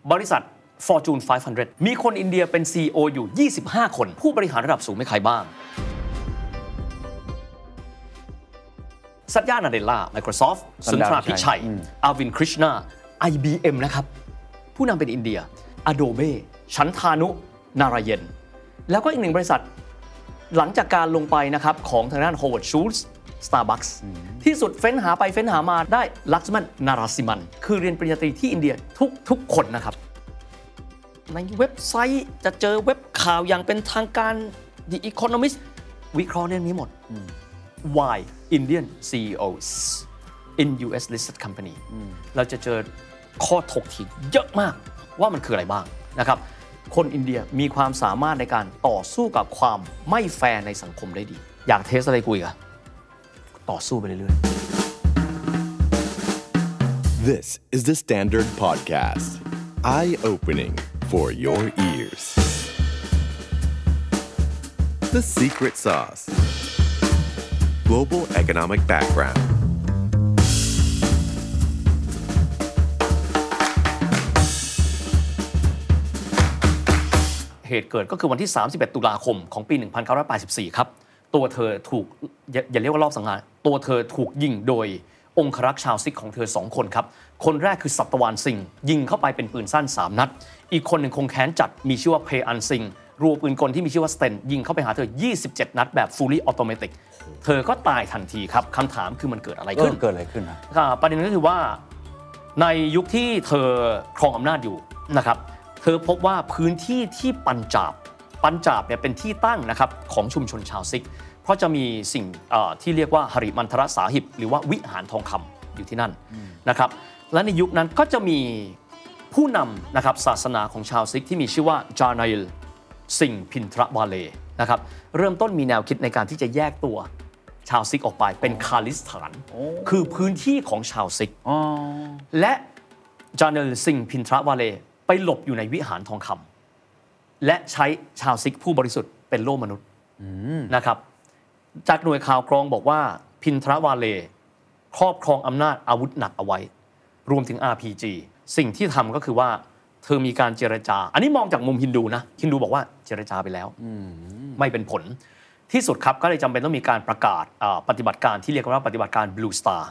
บริษัท Fortune 500 มีคนอินเดียเป็น CEO อยู่25คนผู้บริหารระดับสูงไม่ใครบ้างสัตยา นาเดลล่า Microsoft สุนทราพิชัยอาวินคริชนา IBM นะครับผู้นำเป็นอินเดีย Adobe ชันทานุนารายณแล้วก็อีกหนึ่งบริษัทหลังจากการลงไปนะครับของทางด้าน Howard Schultz Starbucks ที่สุดเฟ้นหาไปเฟ้นหามาได้ลักษมันนาราซิมันคือเรียนปริญญาตรีที่อินเดียทุกคนนะครับในเว็บไซต์จะเจอเว็บข่าวอย่างเป็นทางการ The Economist วิเคราะห์เรื่องนี้หมดWhy Indian CEOs in US listed company เราจะเจอข้อถกเถียงเยอะมากว่ามันคืออะไรบ้างนะครับคนอินเดียมีความสามารถในการต่อสู้กับความไม่แฟร์ในสังคมได้ดีอยากเทสอะไรกูอีกอะต่อสู้ไปเรื่อยๆ This is the Standard Podcast Eye-opening for your ears The Secret Sauce Global Economic Background เหตุเกิดก็คือวันที่31ตุลาคมของปี1984ครับตัวเธอถูกอย่าเรียกว่ารอบสังหารตัวเธอถูกยิงโดยองครักษ์ชาวซิกของเธอ2คนครับคนแรกคือสัตวานซิงยิงเข้าไปเป็นปืนสั้น3นัดอีกคนหนึ่งคงแค้นจัดมีชื่อว่าเพอันซิงรัวปืนกลที่มีชื่อว่าสเตนยิงเข้าไปหาเธอ27นัดแบบ fully automatic เธอก็ตายทันทีครับคำถามคือมันเกิดอะไรขึ้นนะประเด็นก็คือว่าในยุคที่เธอครองอำนาจอยู่นะครับเธอพบว่าพื้นที่ที่ปัญจาบเนี่ยเป็นที่ตั้งนะครับของชุมชนชาวซิกเพราะจะมีสิ่งที่เรียกว่าหริมันทรสาหิบหรือว่าวิหารทองคำอยู่ที่นั่นนะครับและในยุคนั้นก็จะมีผู้นำนะครับศาสนาของชาวซิกที่มีชื่อว่าจานาอิลสิงห์พินทรวาเลนะครับเริ่มต้นมีแนวคิดในการที่จะแยกตัวชาวซิกออกไปเป็นคาลิสถานคือพื้นที่ของชาวซิกและจานาอิลสิงห์พินทรวาเลไปหลบอยู่ในวิหารทองคำและใช้ชาวซิกผู้บริสุทธิ์เป็นโล่มนุษย์นะครับจากหน่วยข่าวกรองบอกว่าพินทรวาเลครอบครองอำนาจอาวุธหนักเอาไว้รวมถึง RPG สิ่งที่ทำก็คือว่าเธอมีการเจรจาอันนี้มองจากมุมฮินดูนะฮินดูบอกว่าเจรจาไปแล้วไม่เป็นผลที่สุดครับก็เลยจำเป็นต้องมีการประกาศปฏิบัติการที่เรียกว่าปฏิบัติการ Blue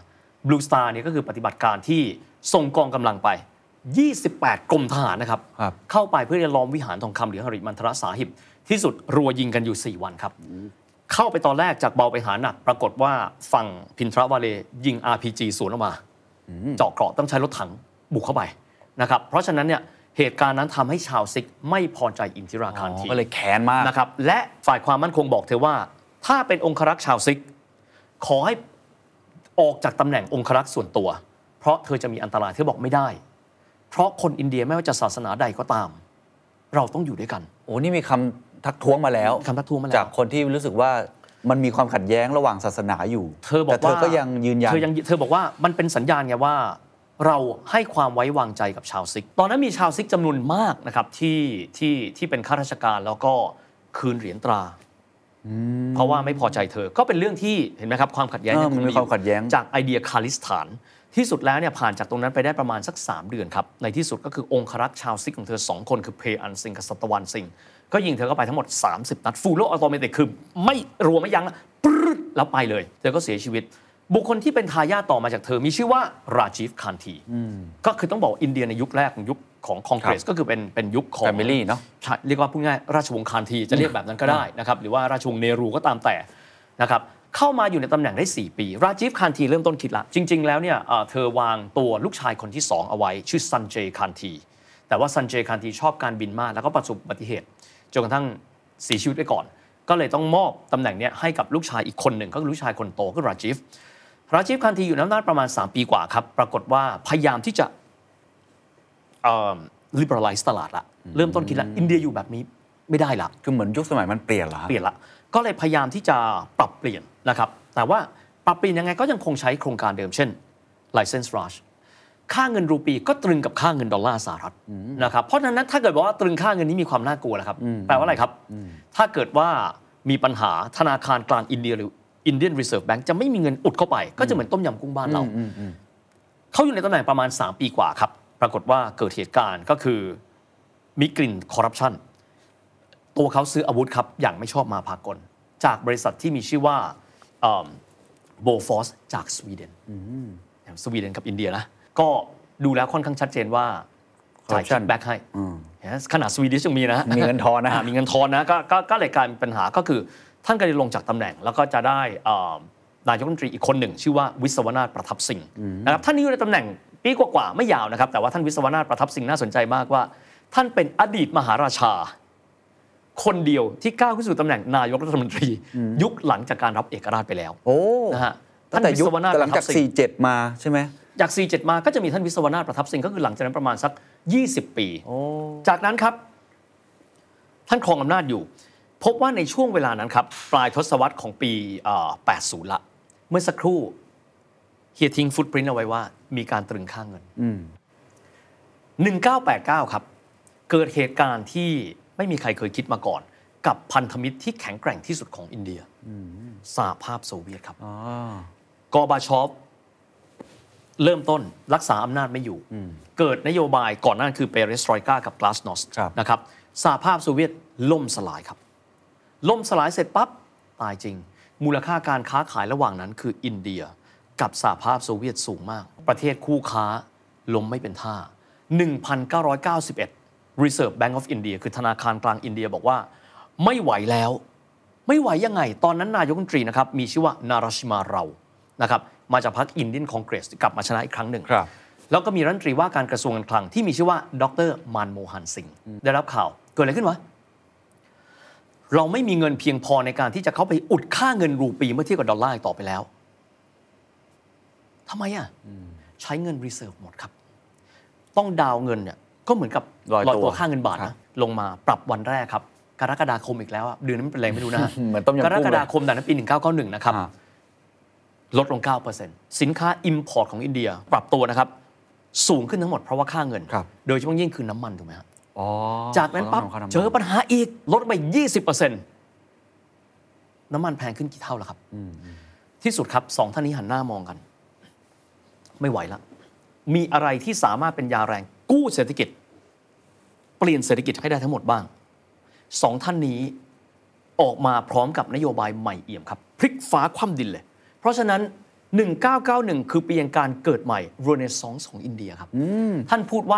Star เนี่ยก็คือปฏิบัติการที่ส่งกองกำลังไป28กรมทหารนะครับเข้าไปเพื่อจะล้อมวิหารทองคำหรือหริมันทรสาหิบที่สุดรัวยิงกันอยู่4วันครับเข้าไปตอนแรกจากเบาไปหาหนักปรากฏว่าฝั่งพินทรวาเลยิง RPG สวนออกมาเจาะเกราะต้องใช้รถถังบุกเข้าไปนะครับเพราะฉะนั้นเนี่ยเหตุการณ์นั้นทำให้ชาวซิกไม่พอใจอินทิราคารทีก็เลยแค้นมากนะครับและฝ่ายความมั่นคงบอกเธอว่าถ้าเป็นองครักษ์ชาวซิกขอให้ออกจากตำแหน่งองครักษ์ส่วนตัวเพราะเธอจะมีอันตรายเธอบอกไม่ได้เพราะคนอินเดียไม่ว่าจะศาสนาใดก็ตามเราต้องอยู่ด้วยกันโอ้นี่มีคำทักท้วงมาแล้วจากคนที่รู้สึกว่ามันมีความขัดแย้งระหว่างศาสนาอยู่แต่เธอก็ยังยืนยันเธอบอกว่ามันเป็นสัญญาณไงว่าเราให้ความไว้วางใจกับชาวซิกตอนนั้นมีชาวซิกจำนวนมากนะครับที่เป็นข้าราชการแล้วก็คืนเหรียญตราเพราะว่าไม่พอใจเธอก็เป็นเรื่องที่เห็นไหมครับความขัดแย้งยังมีความขัดแย้งจากไอเดียคาลิสถานที่สุดแล้วเนี่ยผ่านจากตรงนั้นไปได้ประมาณสัก3เดือนครับในที่สุดก็คือองครักษ์ชาวซิกของเธอ2คนคือเพอันซิงกับสัตวันซิงก็ยิงเธอเข้าไปทั้งหมด30นัดฟูลโลออโตเมติกคือไม่รัวไม่ยั้งปรึ๊ดแล้วไปเลยเธอก็เสียชีวิตบุคคลที่เป็นทายาทต่อมาจากเธอมีชื่อว่าราจีฟคานทีก็คือต้องบอกอินเดียในยุคแรกของยุคของคองเกรสก็คือเป็นยุคของ Family เนาะเรียกว่าพูดง่ายราชวงศ์คานทีจะเรียกแบบนั้นก็ได้นะครับหรือว่าราชวงศ์เนรูก็ตามแต่นะครับเข้ามาอยู่ในตำแหน่งได้4ปีราจีฟคานทีเริ่มต้นคิดละจริงๆแล้วเนี่ยเธอวางตัวลูกชายคนที่2เอาไว้ชื่อซันเจย์คานทีแต่ว่าซันเจย์คานทีชอบการบินมากแล้วก็ประสบอุบัติเหตุจนกระทั่งเสียชีวิตไปก่อนก็เลยต้องมอบตำแหน่งนี้ให้กับลูกชายอีกคนหนึ่งก็คือลูกชายคนโตก็ราจีฟคานทีอยู่ในอำนาจประมาณ3ปีกว่าครับปรากฏว่าพยายามที่จะliberalize ตลาดละเริ่มต้นคิดละอินเดียอยู่แบบนี้ไม่ได้ละคือเหมือนยุคสมัยมันเปลี่ยนละก็เลยพยายามที่จะปรับเปลี่ยนนะครับแต่ว่าปรับเปลี่ยนยังไงก็ยังคงใช้โครงการเดิมเช่น license Raj ค่าเงินรูปีก็ตรึงกับค่าเงินดอลลาร์สหรัฐนะครับเพราะฉะนั้นถ้าเกิดว่าตรึงค่าเงินนี้มีความน่ากลัวแล้วครับแปลว่าอะไรครับถ้าเกิดว่ามีปัญหาธนาคารกลางอินเดียหรือ Indian Reserve Bank จะไม่มีเงินอุดเข้าไปก็จะเหมือนต้มยำกุ้งบ้านเราเขาอยู่ในตำแหน่งประมาณ3ปีกว่าครับปรากฏว่าเกิดเหตุการณ์ก็คือมีกลิ่นคอร์รัปชันตัวเขาซื้ออาวุธครับอย่างไม่ชอบมาพากลจากบริษัทที่มีชื่อว่าโบฟอสจากสวีเดนกับอินเดียนะก็ดูแล้วค่อนข้างชัดเจนว่าจ่ายคิกแบ็กให้ขนาดสวีดิชยังมีนะมีเงินทอนนะมีเงินทอนนะก็เลยกลายเป็นปัญหาก็คือท่านก็เลยลงจากตำแหน่งแล้วก็จะได้นายกรัฐมนตรีอีกคนหนึ่งชื่อว่าวิศวนาถประทับสิงห์นะครับท่านนี้อยู่ในตำแหน่งปีกว่าๆไม่ยาวนะครับแต่ว่าท่านวิศวนาถประทับสิงห์น่าสนใจมากว่าท่านเป็นอดีตมหาราชาคนเดียวที่ก้าวขึ้นสู่ตำแหน่งนายกรัฐมนตรียุคหลังจากการรับเอกราชไปแล้วนะฮะท่านวิศวนาถประทับสิงห์หลังจาก47มาใช่ไหมจาก47มาก็จะมีท่านวิศวนาถประทับสิงห์ก็คือหลังจากนั้นประมาณสัก20ปีจากนั้นครับท่านครองอำนาจอยู่พบว่าในช่วงเวลานั้นครับปลายทศวรรษของปี80ละเมื่อสักครู่เฮียทิ้งฟุตปรินท์เอาไว้ว่ามีการตรึงค่าเงิน1989ครับเกิดเหตุการณ์ที่ไม่มีใครเคยคิดมาก่อนกับพันธมิตรที่แข็งแกร่งที่สุดของอินเดียสหภาพโซเวียตครับกอร์บาชอฟเริ่มต้นรักษาอำนาจไม่อยู่เกิดนโยบายก่อนหน้าคือเปเรสตรอยกากับกลาสโนสนะครับสหภาพโซเวียตล่มสลายครับล่มสลายเสร็จปั๊บตายจริงมูลค่าการค้าขายระหว่างนั้นคืออินเดียกับสหภาพโซเวียตสูงมากประเทศคู่ค้าล้มไม่เป็นท่า 1991 Reserve Bank of India คือธนาคารกลางอินเดียบอกว่าไม่ไหวแล้วไม่ไหวยังไงตอนนั้นนายกรัฐมนตรีนะครับมีชื่อว่านาราชิมาเรานะครับมาจากพรรคอินเดียนคอนเกรสกลับมาชนะอีกครั้งหนึ่งแล้วก็มีรัฐมนตรีว่าการกระทรวงการคลังที่มีชื่อว่าดร.มานโมฮันสิงห์ได้รับข่าวเกิดอะไรขึ้นวะเราไม่มีเงินเพียงพอในการที่จะเข้าไปอุดค่าเงินรูปีเมื่อเทียบกับดอลลาร์ต่อไปแล้วทำไมใช้เงินรีเซิร์ฟหมดครับต้องดาวเงินเนี่ยก็เหมือนกับลอยตัวค่าเงินบาทนะลงมาปรับวันแรกครับกรกฎาคมอีกแล้วเดือนนั้นเป็นอะไรไม่รู้นะ กรกฎาคมแต่นั้นปี1991นะครับลดลง 9% สินค้า import ของอินเดียปรับตัวนะครับสูงขึ้นทั้งหมดเพราะว่าค่าเงินโดยเฉพาะยิ่งคือน้ำมันถูกไหมครับจากนั้นปั๊บเจอปัญหาอีกลดไป 20% น้ำมันแพงขึ้นกี่เท่าแล้วครับที่สุดครับสองท่านนี้หันหน้ามองกันไม่ไหวแล้วมีอะไรที่สามารถเป็นยาแรงกู้เศรษฐกิจเปลี่ยนเศรษฐกิจให้ได้ทั้งหมดบ้างสองท่านนี้ออกมาพร้อมกับนโยบายใหม่เอี่ยมครับพลิกฟ้าคว่ำดินเลยเพราะฉะนั้น1991คือปีแห่งการเกิดใหม่เรเนซองส์ของอินเดียครับท่านพูดว่า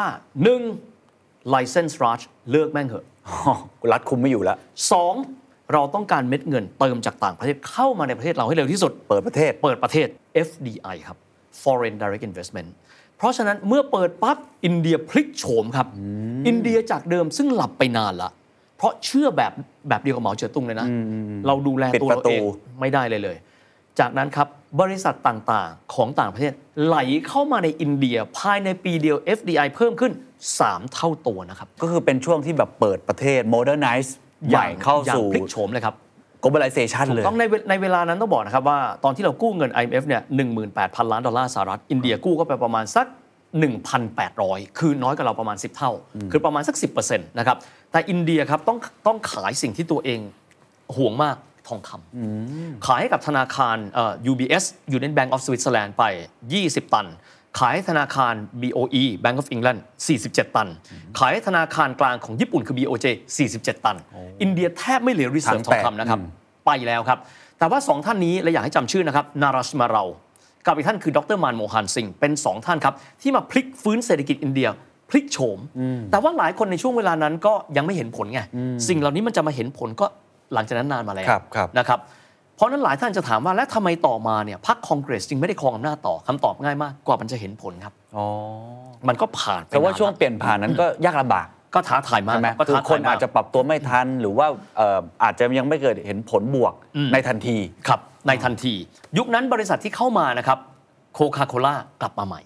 1. license Raj เลิกแม่งเหอะรัฐคุมไม่อยู่แล้ว 2. เราต้องการเม็ดเงินเติมจากต่างประเทศเข้ามาในประเทศเราให้เร็วที่สุดเปิดประเทศ FDI ครับ Foreign Direct Investment เพราะฉะนั้นเมื่อเปิดปั๊บอินเดียพลิกโฉมครับอินเดียจากเดิมซึ่งหลับไปนานละเพราะเชื่อแบบเดียวกับเหมาเจ๋อตุงเลยนะเราดูแลตัวเราเองไม่ได้เลยจากนั้นครับบริษัทต่างๆของต่างประเทศไหลเข้ามาในอินเดียภายในปีเดียว FDI เพิ่มขึ้น3เท่าตัวนะครับก็คือเป็นช่วงที่แบบเปิดประเทศ modernize ใหญ่เข้าสู่พลิกโฉมเลยครับ globalization เลยต้องในเวลานั้นต้องบอกนะครับว่าตอนที่เรากู้เงิน IMF เนี่ย 18,000 ล้านดอลลาร์สหรัฐอินเดียกู้ก็ไปประมาณสัก 1,800 คือน้อยกว่าเราประมาณ10เท่าคือประมาณสัก 10% นะครับแต่อินเดียครับต้องขายสิ่งที่ตัวเองห่วงมากทองคำขายให้กับธนาคารUBS Union Bank of Switzerland ไป20ตันขายให้ธนาคาร BOE Bank of England 47ตันขายให้ธนาคารกลางของญี่ปุ่นคือ BOJ 47ตันอินเดียแทบไม่เหลือรีเสิร์ฟทองคำนะครับไปแล้วครับแต่ว่า2ท่านนี้และอยากให้จำชื่อนะครับนาราชมาเรากับอีกท่านคือดร.มานโมฮันสิงห์เป็น2ท่านครับที่มาพลิกฟื้นเศรษฐกิจอินเดียพลิกโฉมแต่ว่าหลายคนในช่วงเวลานั้นก็ยังไม่เห็นผลไงสิ่งเหล่านี้มันจะมาเห็นผลก็หลังจากนั้นนานมาแล้วนะครับเพราะนั้นหลายท่านจะถามว่าและทำไมต่อมาเนี่ยพรรคคองเกรสจึงไม่ได้ครองอำนาจต่อคำตอบง่ายมากกว่ามันจะเห็นผลครับมันก็ผ่านแต่ว่าช่วงเปลี่ยนผ่านนั้นก็ยากลำบากก็ท้าทายมากคือคนอาจจะปรับตัวไม่ทันหรือว่าอาจจะยังไม่เกิดเห็นผลบวกในทันทีครับในทันทียุคนั้นบริษัทที่เข้ามานะครับโคคาโคล่ากลับมาใหม่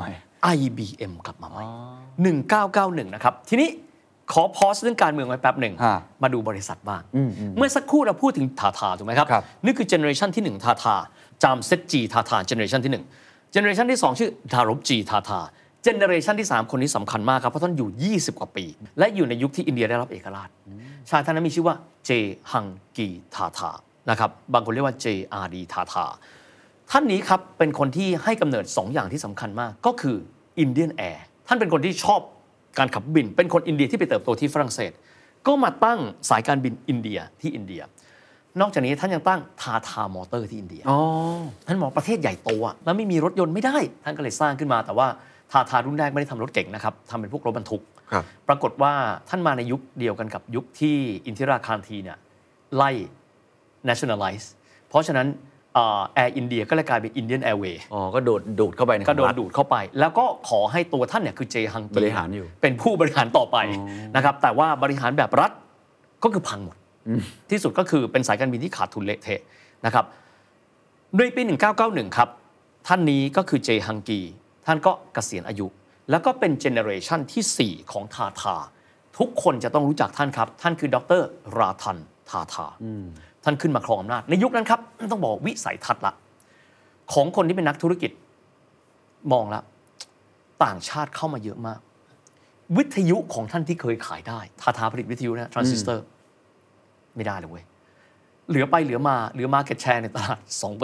IBM กลับมาใหม่1991นะครับทีนี้ขอพอสเรื่องการเมืองไว้แป๊บหนึ่งมาดูบริษัทบ้างเมื่อสักครู่เราพูดถึงทาทาถูกไหมครับนี่คือเจเนอเรชันที่1ทาทาจามเซตจีทาทาเจเนอเรชันที่1เจเนอเรชันที่2ชื่อดารบจีทาทาเจเนอเรชันที่3คนนี้สำคัญมากครับเพราะท่านอยู่20กว่าปีและอยู่ในยุคที่อินเดียได้รับเอกราชชายท่านนั้นมีชื่อว่าเจฮังกีทาทานะครับบางคนเรียกว่า JRD ทาทาท่านนี้ครับเป็นคนที่ให้กำเนิด2อย่างที่สำคัญมากก็คือ Indian Air ท่านเป็นคนที่ชอบการขับบินเป็นคนอินเดียที่ไปเติบโตที่ฝรั่งเศสก็มาตั้งสายการบินอินเดียที่อินเดียนอกจากนี้ท่านยังตั้งทาทามอเตอร์ที่อินเดียท่านมองประเทศใหญ่โตแล้วไม่มีรถยนต์ไม่ได้ท่านก็เลยสร้างขึ้นมาแต่ว่าทาทารุ่นแรกไม่ได้ทำรถเก่งนะครับทำเป็นพวกรถบรรทุกปรากฏว่าท่านมาในยุคเดียวกันกับยุคที่อินทิราคารทีเนี่ยไล่ nationalize เพราะฉะนั้นแอร์อินเดียก็เลยกลายเป็น Indian Airways ก็ดูดเข้าไปในก็โดนดูดเข้าไปแล้วก็ขอให้ตัวท่านเนี่ยคือเจฮังกีบริหารอยู่เป็นผู้บริหารต่อไปนะครับแต่ว่าบริหารแบบรัฐก็คือพังหมดที่สุดก็คือเป็นสายการบินที่ขาดทุนเละเทะนะครับในปี1991ครับท่านนี้ก็คือเจฮังกีท่านก็เกษียณอายุแล้วก็เป็นเจเนอเรชันที่4ของทาทาทุกคนจะต้องรู้จักท่านครับท่านคือดร.ราทันทาทาท่านขึ้นมาครองอำนาจในยุคนั้นครับต้องบอกวิสัยทัศน์ละของคนที่เป็นนักธุรกิจมองแล้วต่างชาติเข้ามาเยอะมากวิทยุของท่านที่เคยขายได้ทาทาผลิตวิทยุนะทรานซิสเตอร์ไม่ได้เลยเว้ยเหลือไปเหลือมาmarket share ในตลาด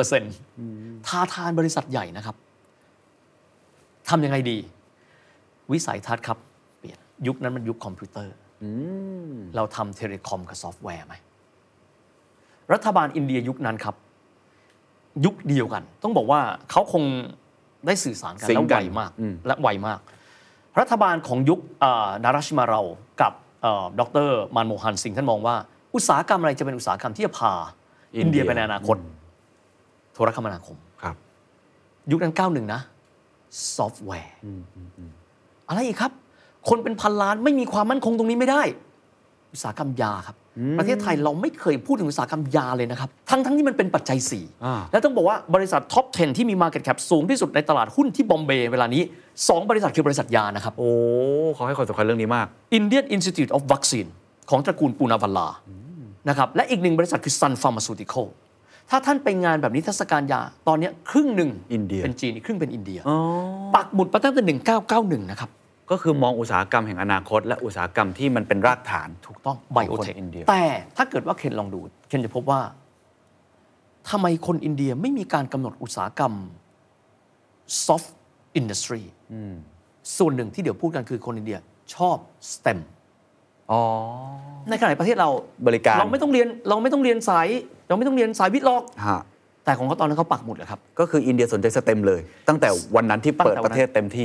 2% ทาทานบริษัทใหญ่นะครับทำยังไงดีวิสัยทัศน์ครับเปลี่ยนยุคนั้นมันยุคคอมพิวเตอร์เราทำเทเลคอมกับซอฟต์แวร์ไหมรัฐบาลอินเดียยุคนั้นครับยุคเดียวกันต้องบอกว่าเขาคงได้สื่อสารกันแล้วไวมากและไวมากรัฐบาลของยุคนาราชิมาเรากับดร.มานโมฮันสิงห์ท่านมองว่าอุตสาหกรรมอะไรจะเป็นอุตสาหกรรมที่จะพาอินเดียไปในอนาคตโทรคมนาคมครับยุคนั้น91นะซอฟต์แวร์อะไรอีกครับคนเป็นพันล้านไม่มีความมั่นคงตรงนี้ไม่ได้อุตสาหกรรมยาครับประเทศไทยเราไม่เคยพูดถึงอุตสาหกรรมยาเลยนะครับทั้งที่มันเป็นปัจจัย4และต้องบอกว่าบริษัทท็อป 10 ที่มี Market Cap สูงที่สุดในตลาดหุ้นที่บอมเบย์เวลานี้2บริษัทคือบริษัทยานะครับโอ้เขาให้ความสำคัญเรื่องนี้มาก Indian Institute of Vaccine ของตระกูลปูนาวัลลานะครับและอีกหนึ่งบริษัทคือ Sun Pharmaceutical ถ้าท่านไปงานแบบนี้เทศกาลยาตอนนี้ครึ่งหนึ่งเป็นจีนอีกครึ่งเป็นอินเดียปักหมุดมาตั้งแต่1991นะครับก็คือมองอุตสาหกรรมแห่งอนาคตและอุตสาหกรรมที่มันเป็นรากฐานถูกต้องไบโอเทคแต่ถ้าเกิดว่าเคนลองดูเคนจะพบว่าทำไมคนอินเดียไม่มีการกำหนดอุตสาหกรรม soft industry ส่วนหนึ่งที่เดี๋ยวพูดกันคือคนอินเดียชอบ STEM ในขณะประเทศเราบริการเราไม่ต้องเรียนสายวิทย์หรอกแต่ของเขาตอนนั้นเขาปักหมุดเลยครับก็คืออินเดียสนใจ STEM เลยตั้งแต่วันนั้นที่เปิดประเทศเต็มที่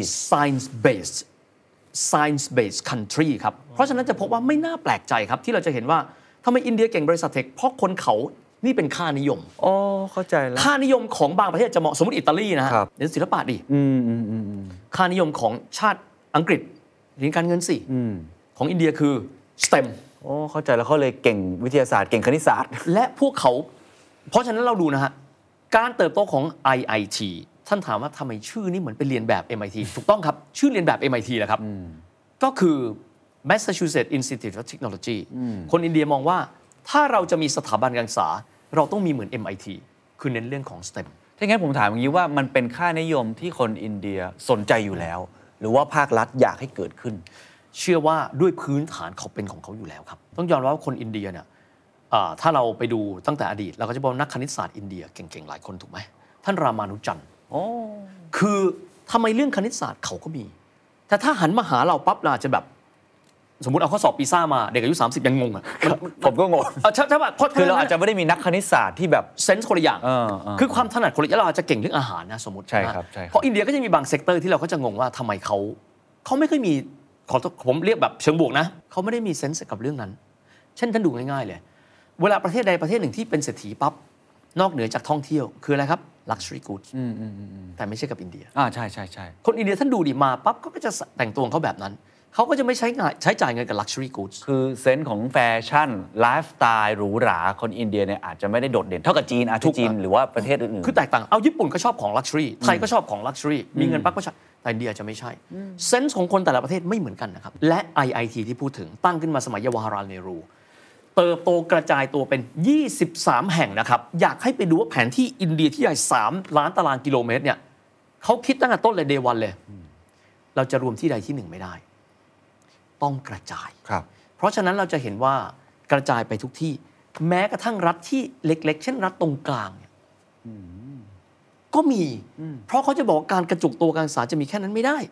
science based country ครับเพราะฉะนั้นจะพบว่าไม่น่าแปลกใจครับที่เราจะเห็นว่าทำไมอินเดียเก่งบริษัทเทคเพราะคนเขานี่เป็นค่านิยมเข้าใจแล้วค่านิยมของบางประเทศจะเหมาะสมมติอิตาลีนะฮะเรียนศิลปะดิค่านิยมของชาติอังกฤษเรียนการเงินสิของอินเดียคือ STEM เข้าใจแล้วเขาเลยเก่งวิทยาศาสตร์เก่งคณิตศาสตร์และพวกเขาเพราะฉะนั้นเราดูนะฮะการเติบโตของ IIT ท่านถามว่าทำไมชื่อนี้เหมือนไปเรียนแบบ MIT ถูกต้องครับชื่อเรียนแบบ MIT แหละครับก็คือ Massachusetts Institute of Technology คนอินเดียมองว่าถ้าเราจะมีสถาบันการศึกษาเราต้องมีเหมือน MIT คือเน้นเรื่องของ STEM ถ้างั้นผมถามอย่างนี้ว่ามันเป็นค่านิยมที่คนอินเดียสนใจอยู่แล้วหรือว่าภาครัฐอยากให้เกิดขึ้นเชื่อว่าด้วยพื้นฐานเขาเป็นของเขาอยู่แล้วครับต้องยอมรับว่าคนอินเดียเนี่ยถ้าเราไปดูตั้งแต่อดีตเราก็จะบอกนักคณิตศาสตร์อินเดียเก่งๆหลายคนถูกไหมท่านรามานุจันทร์คือทำไมเรื่องคณิตศาสตร์เขาก็มีแต่ถ้าหันมาหาเราปั๊บเราจะแบบสมมุติเอาข้อสอบปีซ่ามาเด็กอายุ30ยังงงอ่ะผมก็งงใช่ป่ะคือเราอาจจะไม่ได้มีนักคณิตศาสตร์ที่แบบเซนส์คนละอย่างคือความถนัดคนละอย่างเราอาจจะเก่งเรื่องอาหารนะสมมติใช่ครับเพราะอินเดียก็จะมีบางเซกเตอร์ที่เราก็จะงงว่าทำไมเขาไม่ค่อยมีผมเรียกแบบเชิงบวกนะเขาไม่ได้มีเซนส์กับเรื่องนั้นเช่นท่านดูง่ายๆเลยเวลาประเทศใดประเทศหนึ่งที่เป็นเศรษฐีปั๊บนอกเหนือจากท่องเที่ยวคืออะไรครับ luxury goods แต่ไม่ใช่กับอินเดียใช่คนอินเดียท่านดูดิมาปั๊บก็จะแต่งตัวเขาแบบนั้นเขาก็จะไม่ใช้จ่ายเงินกับ luxury goods คือเซนส์ของแฟชั่นไลฟ์สไตล์หรูหราคนอินเดียเนี่ยอาจจะไม่ได้โดดเด่นเท่ากับจีนที่จีนหรือว่าประเทศอื่นๆคือแตกต่างเอาญี่ปุ่นก็ชอบของ luxury ไทยก็ชอบของ luxury มีเงินปั๊บก็ใช่แต่อินเดียจะไม่ใช่เซนส์ของคนแต่ละประเทศไม่เหมือนกันนะครับและ IIT ที่พูดถึงตั้งขึ้นมาสมัยเยาวาราเนรูเติบโตกระจายตัวเป็น23แห่งนะครับอยากให้ไปดูว่าแผนที่อินเดียที่ใหญ่3ล้านตารางกิโลเมตรเนี่ยเขาคิดตั้งแต่ต้นเลยเดย์วันเลยเราจะรวมที่ใดที่หนึ่งไม่ได้ต้องกระจายเพราะฉะนั้นเราจะเห็นว่ากระจายไปทุกที่แม้กระทั่งรัฐที่เล็กๆเช่นรัฐตรงกลางเนี่ยก็มีเพราะเขาจะบอกการกระจุกตัวการศึกษาจะมีแค่นั้นไม่ได้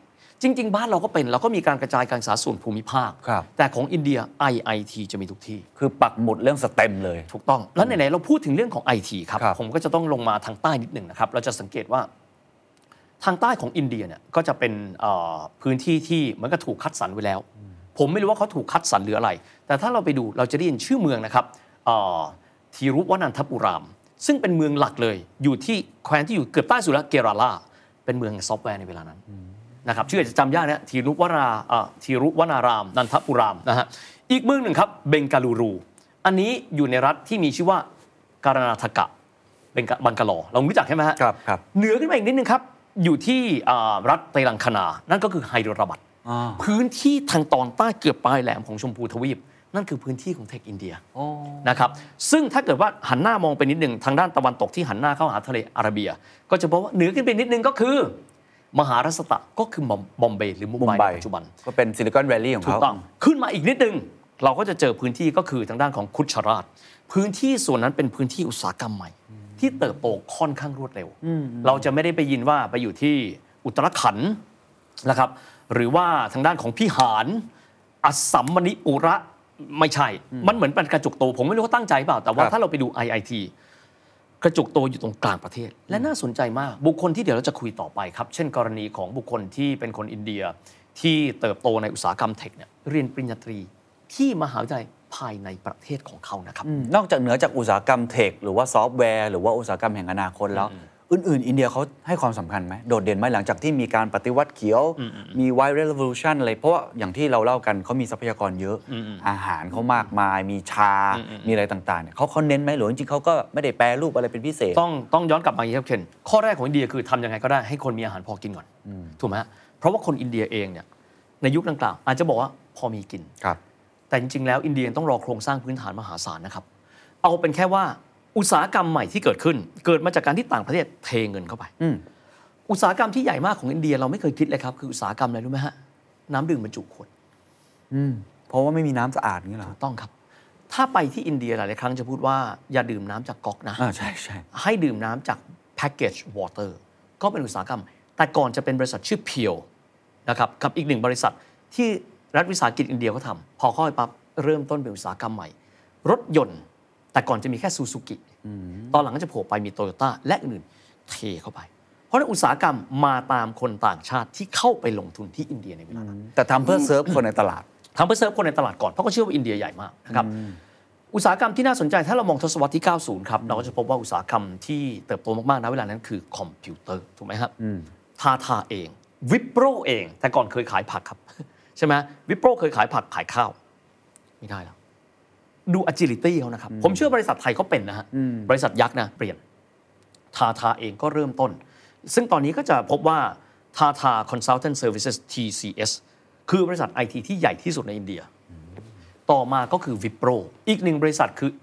จริงๆบ้านเราก็เป็นเราก็มีการกระจายการศึกษาส่วนภูมิภาคแต่ของอินเดีย IIT จะมีทุกที่คือปักหมุดเรื่อง STEM เลยถูกต้องแล้วไหนๆเราพูดถึงเรื่องของ IT ครับผมก็จะต้องลงมาทางใต้นิดนึงนะครับเราจะสังเกตว่าทางใต้ของอินเดียเนี่ยก็จะเป็นพื้นที่ที่เหมือนกับถูกคัดสรรไว้แล้วผมไม่รู้ว่าเขาถูกคัดสรรหรืออะไรแต่ถ้าเราไปดูเราจะได้ยินชื่อเมืองนะครับธีรุวนันทปุรามซึ่งเป็นเมืองหลักเลยอยู่ที่แคว้นที่อยู่เกือบใต้สุดแล้วเกราลาเป็นเมืองซอฟต์แวร์ในเวลานั้นนะครับชื่ออาจจะจำยากนะธีรุวนารามนันทปุรามนะฮะอีกเมืองหนึ่งครับเบงกาลูรูอันนี้อยู่ในรัฐที่มีชื่อว่าการนาทกะเป็นบังกาลอเรารู้จักใช่ไหมฮะครับเหนือขึ้นมาอีกนิดนึงครับอยู่ที่รัฐเตลังคานานั่นก็คือไฮเดราบัดพื้นที่ทางตอนใต้เกือบปลายแหลมของชมพูทวีปนั่นคือพื้นที่ของเทคอินเดียนะครับซึ่งถ้าเกิดว่าหันหน้ามองไปนิดนึงทางด้านตะวันตกที่หันหน้าเข้าหาทะเลอาระเบียก็จะพบว่าเหนือขึ้นไปนิดนึงก็คือมหาราชตะก็คือบอมเบย์หรือมุมไบในปัจจุบันก็เป็นซิลิคอนแวลลีย์ของเขาถูกต้องขึ้นมาอีกนิดนึงเราก็จะเจอพื้นที่ก็คือทางด้านของคุชราชพื้นที่ส่วนนั้นเป็นพื้นที่อุตสาหกรรมใหม่ที่เติบโตค่อนข้างรวดเร็วเราจะไม่ได้ไปยินว่าไปอยู่ที่อุตรขันธ์นะครับหรือว่าทางด้านของพิหารอัสสัมมณิปุระไม่ใช่มันเหมือนเป็นกระจุกโตผมไม่รู้ว่าตั้งใจเปล่าแต่ว่าถ้าเราไปดู IIT กระจุกโตอยู่ตรงกลางประเทศและน่าสนใจมากบุคคลที่เดี๋ยวเราจะคุยต่อไปครับเช่นกรณีของบุคคลที่เป็นคนอินเดียที่เติบโตในอุตสาหกรรมเทคเนี่ยเรียนปริญญาตรีที่มหาวิทยาลัยภายในประเทศของเขานะครับนอกจากเหนือจากอุตสาหกรรมเทคหรือว่าซอฟต์แวร์หรือว่าอุตสาหกรรมแห่งอนาคตแล้วอื่นๆอินเดียเขาให้ความสำคัญไหมโดดเด่นไหมหลังจากที่มีการปฏิวัติเขียวมี White Revolution อะไรเพราะว่าอย่างที่เราเล่ากันเขามีทรัพยากรเยอะอาหารเขามากมายมีชามีอะไรต่างๆเนี่ยเขาเน้นไหมหรือจริงๆเขาก็ไม่ได้แปรรูปอะไรเป็นพิเศษต้องย้อนกลับมาอย่างนี้ครับเคนข้อแรกของอินเดียคือทำยังไงก็ได้ให้คนมีอาหารพอกินก่อนถูกไหมเพราะว่าคนอินเดียเองเนี่ยในยุคดังกล่าวอาจจะบอกว่าพอมีกินแต่จริงๆแล้วอินเดียต้องรอโครงสร้างพื้นฐานมหาศาลนะครับเอาเป็นแค่ว่าอุตสาหกรรมใหม่ที่เกิดขึ้นเกิดมาจากการที่ต่างประเทศเทเงินเข้าไปอุตสาหกรรมที่ใหญ่มากของอินเดียเราไม่เคยคิดเลยครับคืออุตสาหกรรมอะไรรู้ไหมฮะน้ำดื่มบรรจุขวดเพราะว่าไม่มีน้ำสะอาดนี่หรอถูกต้องครับถ้าไปที่อินเดียหลายๆครั้งจะพูดว่าอย่าดื่มน้ำจากก๊อกนะใช่ให้ดื่มน้ำจาก package water ก็เป็นอุตสาหกรรมแต่ก่อนจะเป็นบริษัทชื่อเพียวนะครับกับอีกหนึ่งบริษัทที่รัฐวิสาหกิจอินเดียเขาทำพอเข้าไปปั๊บเริ่มต้นเป็นอุตสาหกรรมใหม่รถยนต์แต่ก่อนจะมีแค่ซูซูกิตอนหลังก็จะโผล่ไปมีโตโยต้าและอื่นเทเข้าไปเพราะอุตสาหกรรมมาตามคนต่างชาติที่เข้าไปลงทุนที่อินเดียในเวลานั้นแต่ทำเพื่อเซิร์ฟคนในตลาดทำเพื่อเซิร์ฟคนในตลาดก่อนเพราะเขาเชื่อว่าอินเดียใหญ่มากนะครับอุตสาหกรรมที่น่าสนใจถ้าเรามองทศวรรษที่ 90 ครับเราก็จะพบว่าอุตสาหกรรมที่เติบโตมากๆณเวลานั้นคือคอมพิวเตอร์ถูกไหมครับทาเองวิปโรเองแต่ก่อนเคยขายผักครับใช่ไหมวิปโรเคยขายผักขายข้าวไม่ได้แล้วดู agility เขานะครับผมเชื่อบริษัทไทยเขาเป็นนะฮะบริษัทยักษ์นะเปลี่ยนทาเองก็เริ่มต้นซึ่งตอนนี้ก็จะพบว่าTata Consultant Services TCS คือบริษัท IT ที่ใหญ่ที่สุดในอินเดียต่อมาก็คือ Wipro อีกหนึ่งบริษัทคือ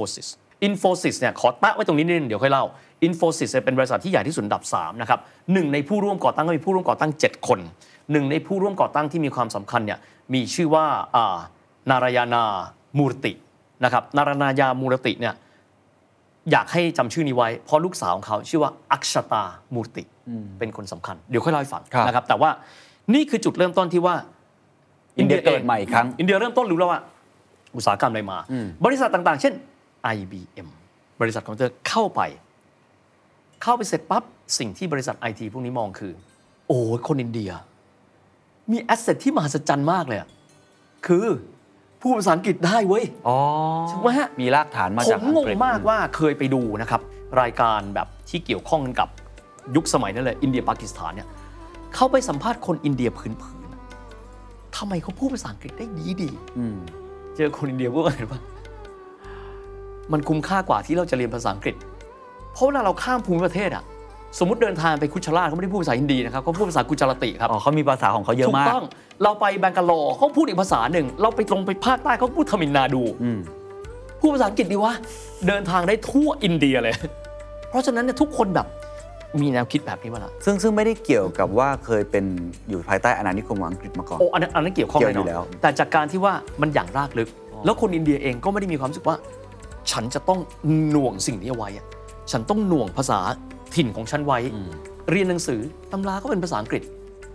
Infosys เนี่ยขอแตะไว้ตรงนี้นิดนึงเดี๋ยวค่อยเล่า Infosys เป็นบริษัทที่ใหญ่ที่สุดอันดับ3นะครับหนึ่งในผู้ร่วมก่อตั้งก็มีผู้ร่วมก่อตั้ง7คนหนึ่งในผู้ร่วมก่อตั้งที่มีความสำคัญเนี่ยมีชื่อว่านารายานามูรตินะครับนารายามูรติเนี่ยอยากให้จำชื่อนี้ไว้เพราะลูกสาวของเขาชื่อว่าอักชตามูรติเป็นคนสำคัญเดี๋ยวค่อยเล่าให้ฟังนะครับแต่ว่านี่คือจุดเริ่มต้นที่ว่าอินเดียเกิดใหม่อีกครั้งอินเดียเริ่มต้นรู้แล้วว่าอุตสาหกรรมอะไรมาบริษัทต่างๆเช่น IBM บริษัทคอมพิวเตอร์เข้าไปเสร็จปั๊บสิ่งที่บริษัท IT พวกนี้มองคือโอ้คนอินเดียมีแอสเซทที่มหัศจรรย์มากเลยคือพูดภาษาอังกฤษได้เว้ยใช่ไหมฮะมีรากฐานมาจากผมงงมากว่าเคยไปดูนะครับรายการแบบที่เกี่ยวข้องกันกับยุคสมัยนั้นเลยอินเดียปากีสถานเนี่ยเข้าไปสัมภาษณ์คนอินเดียพื้นทำไมเขาพูดภาษาอังกฤษได้ดีเจอคนอินเดียพูดอะไรบ้างมันคุ้มค่ากว่าที่เราจะเรียนภาษาอังกฤษเพราะเวลาเราข้ามภูมิประเทศอะสมมติเดินทางไปคุชราชเขาไม่ได้พูดภาษาฮินดีนะครับเขาพูดภาษากุจาราติครับเขามีภาษาของเขาเยอะมากถูกต้องเราไปแบงกาลอเขาพูดอีกภาษาหนึ่งเราไปตรงไปภาคใต้เขาพูดทมิลนาดูพูดภาษาอังกฤษดีวะเดินทางได้ทั่วอินเดียเลยเพราะฉะนั้นเนี่ยทุกคนแบบมีแนวคิดแบบนี้มาละซึ่งไม่ได้เกี่ยวกับว่าเคยเป็นอยู่ภายใต้อาณานิคมของอังกฤษมาก่อนอันนั้นเกี่ยวข้องอยู่แล้วแต่จากการที่ว่ามันอย่างรากลึกแล้วคนอินเดียเองก็ไม่ได้มีความรู้สึกว่าฉันจะต้องหน่วงสิ่งนี้เอาไว้ฉันต้องหน่วงภาษาถิ่นของฉันไว้เรียนหนังสือตำราก็เป็นภาษาอังกฤษ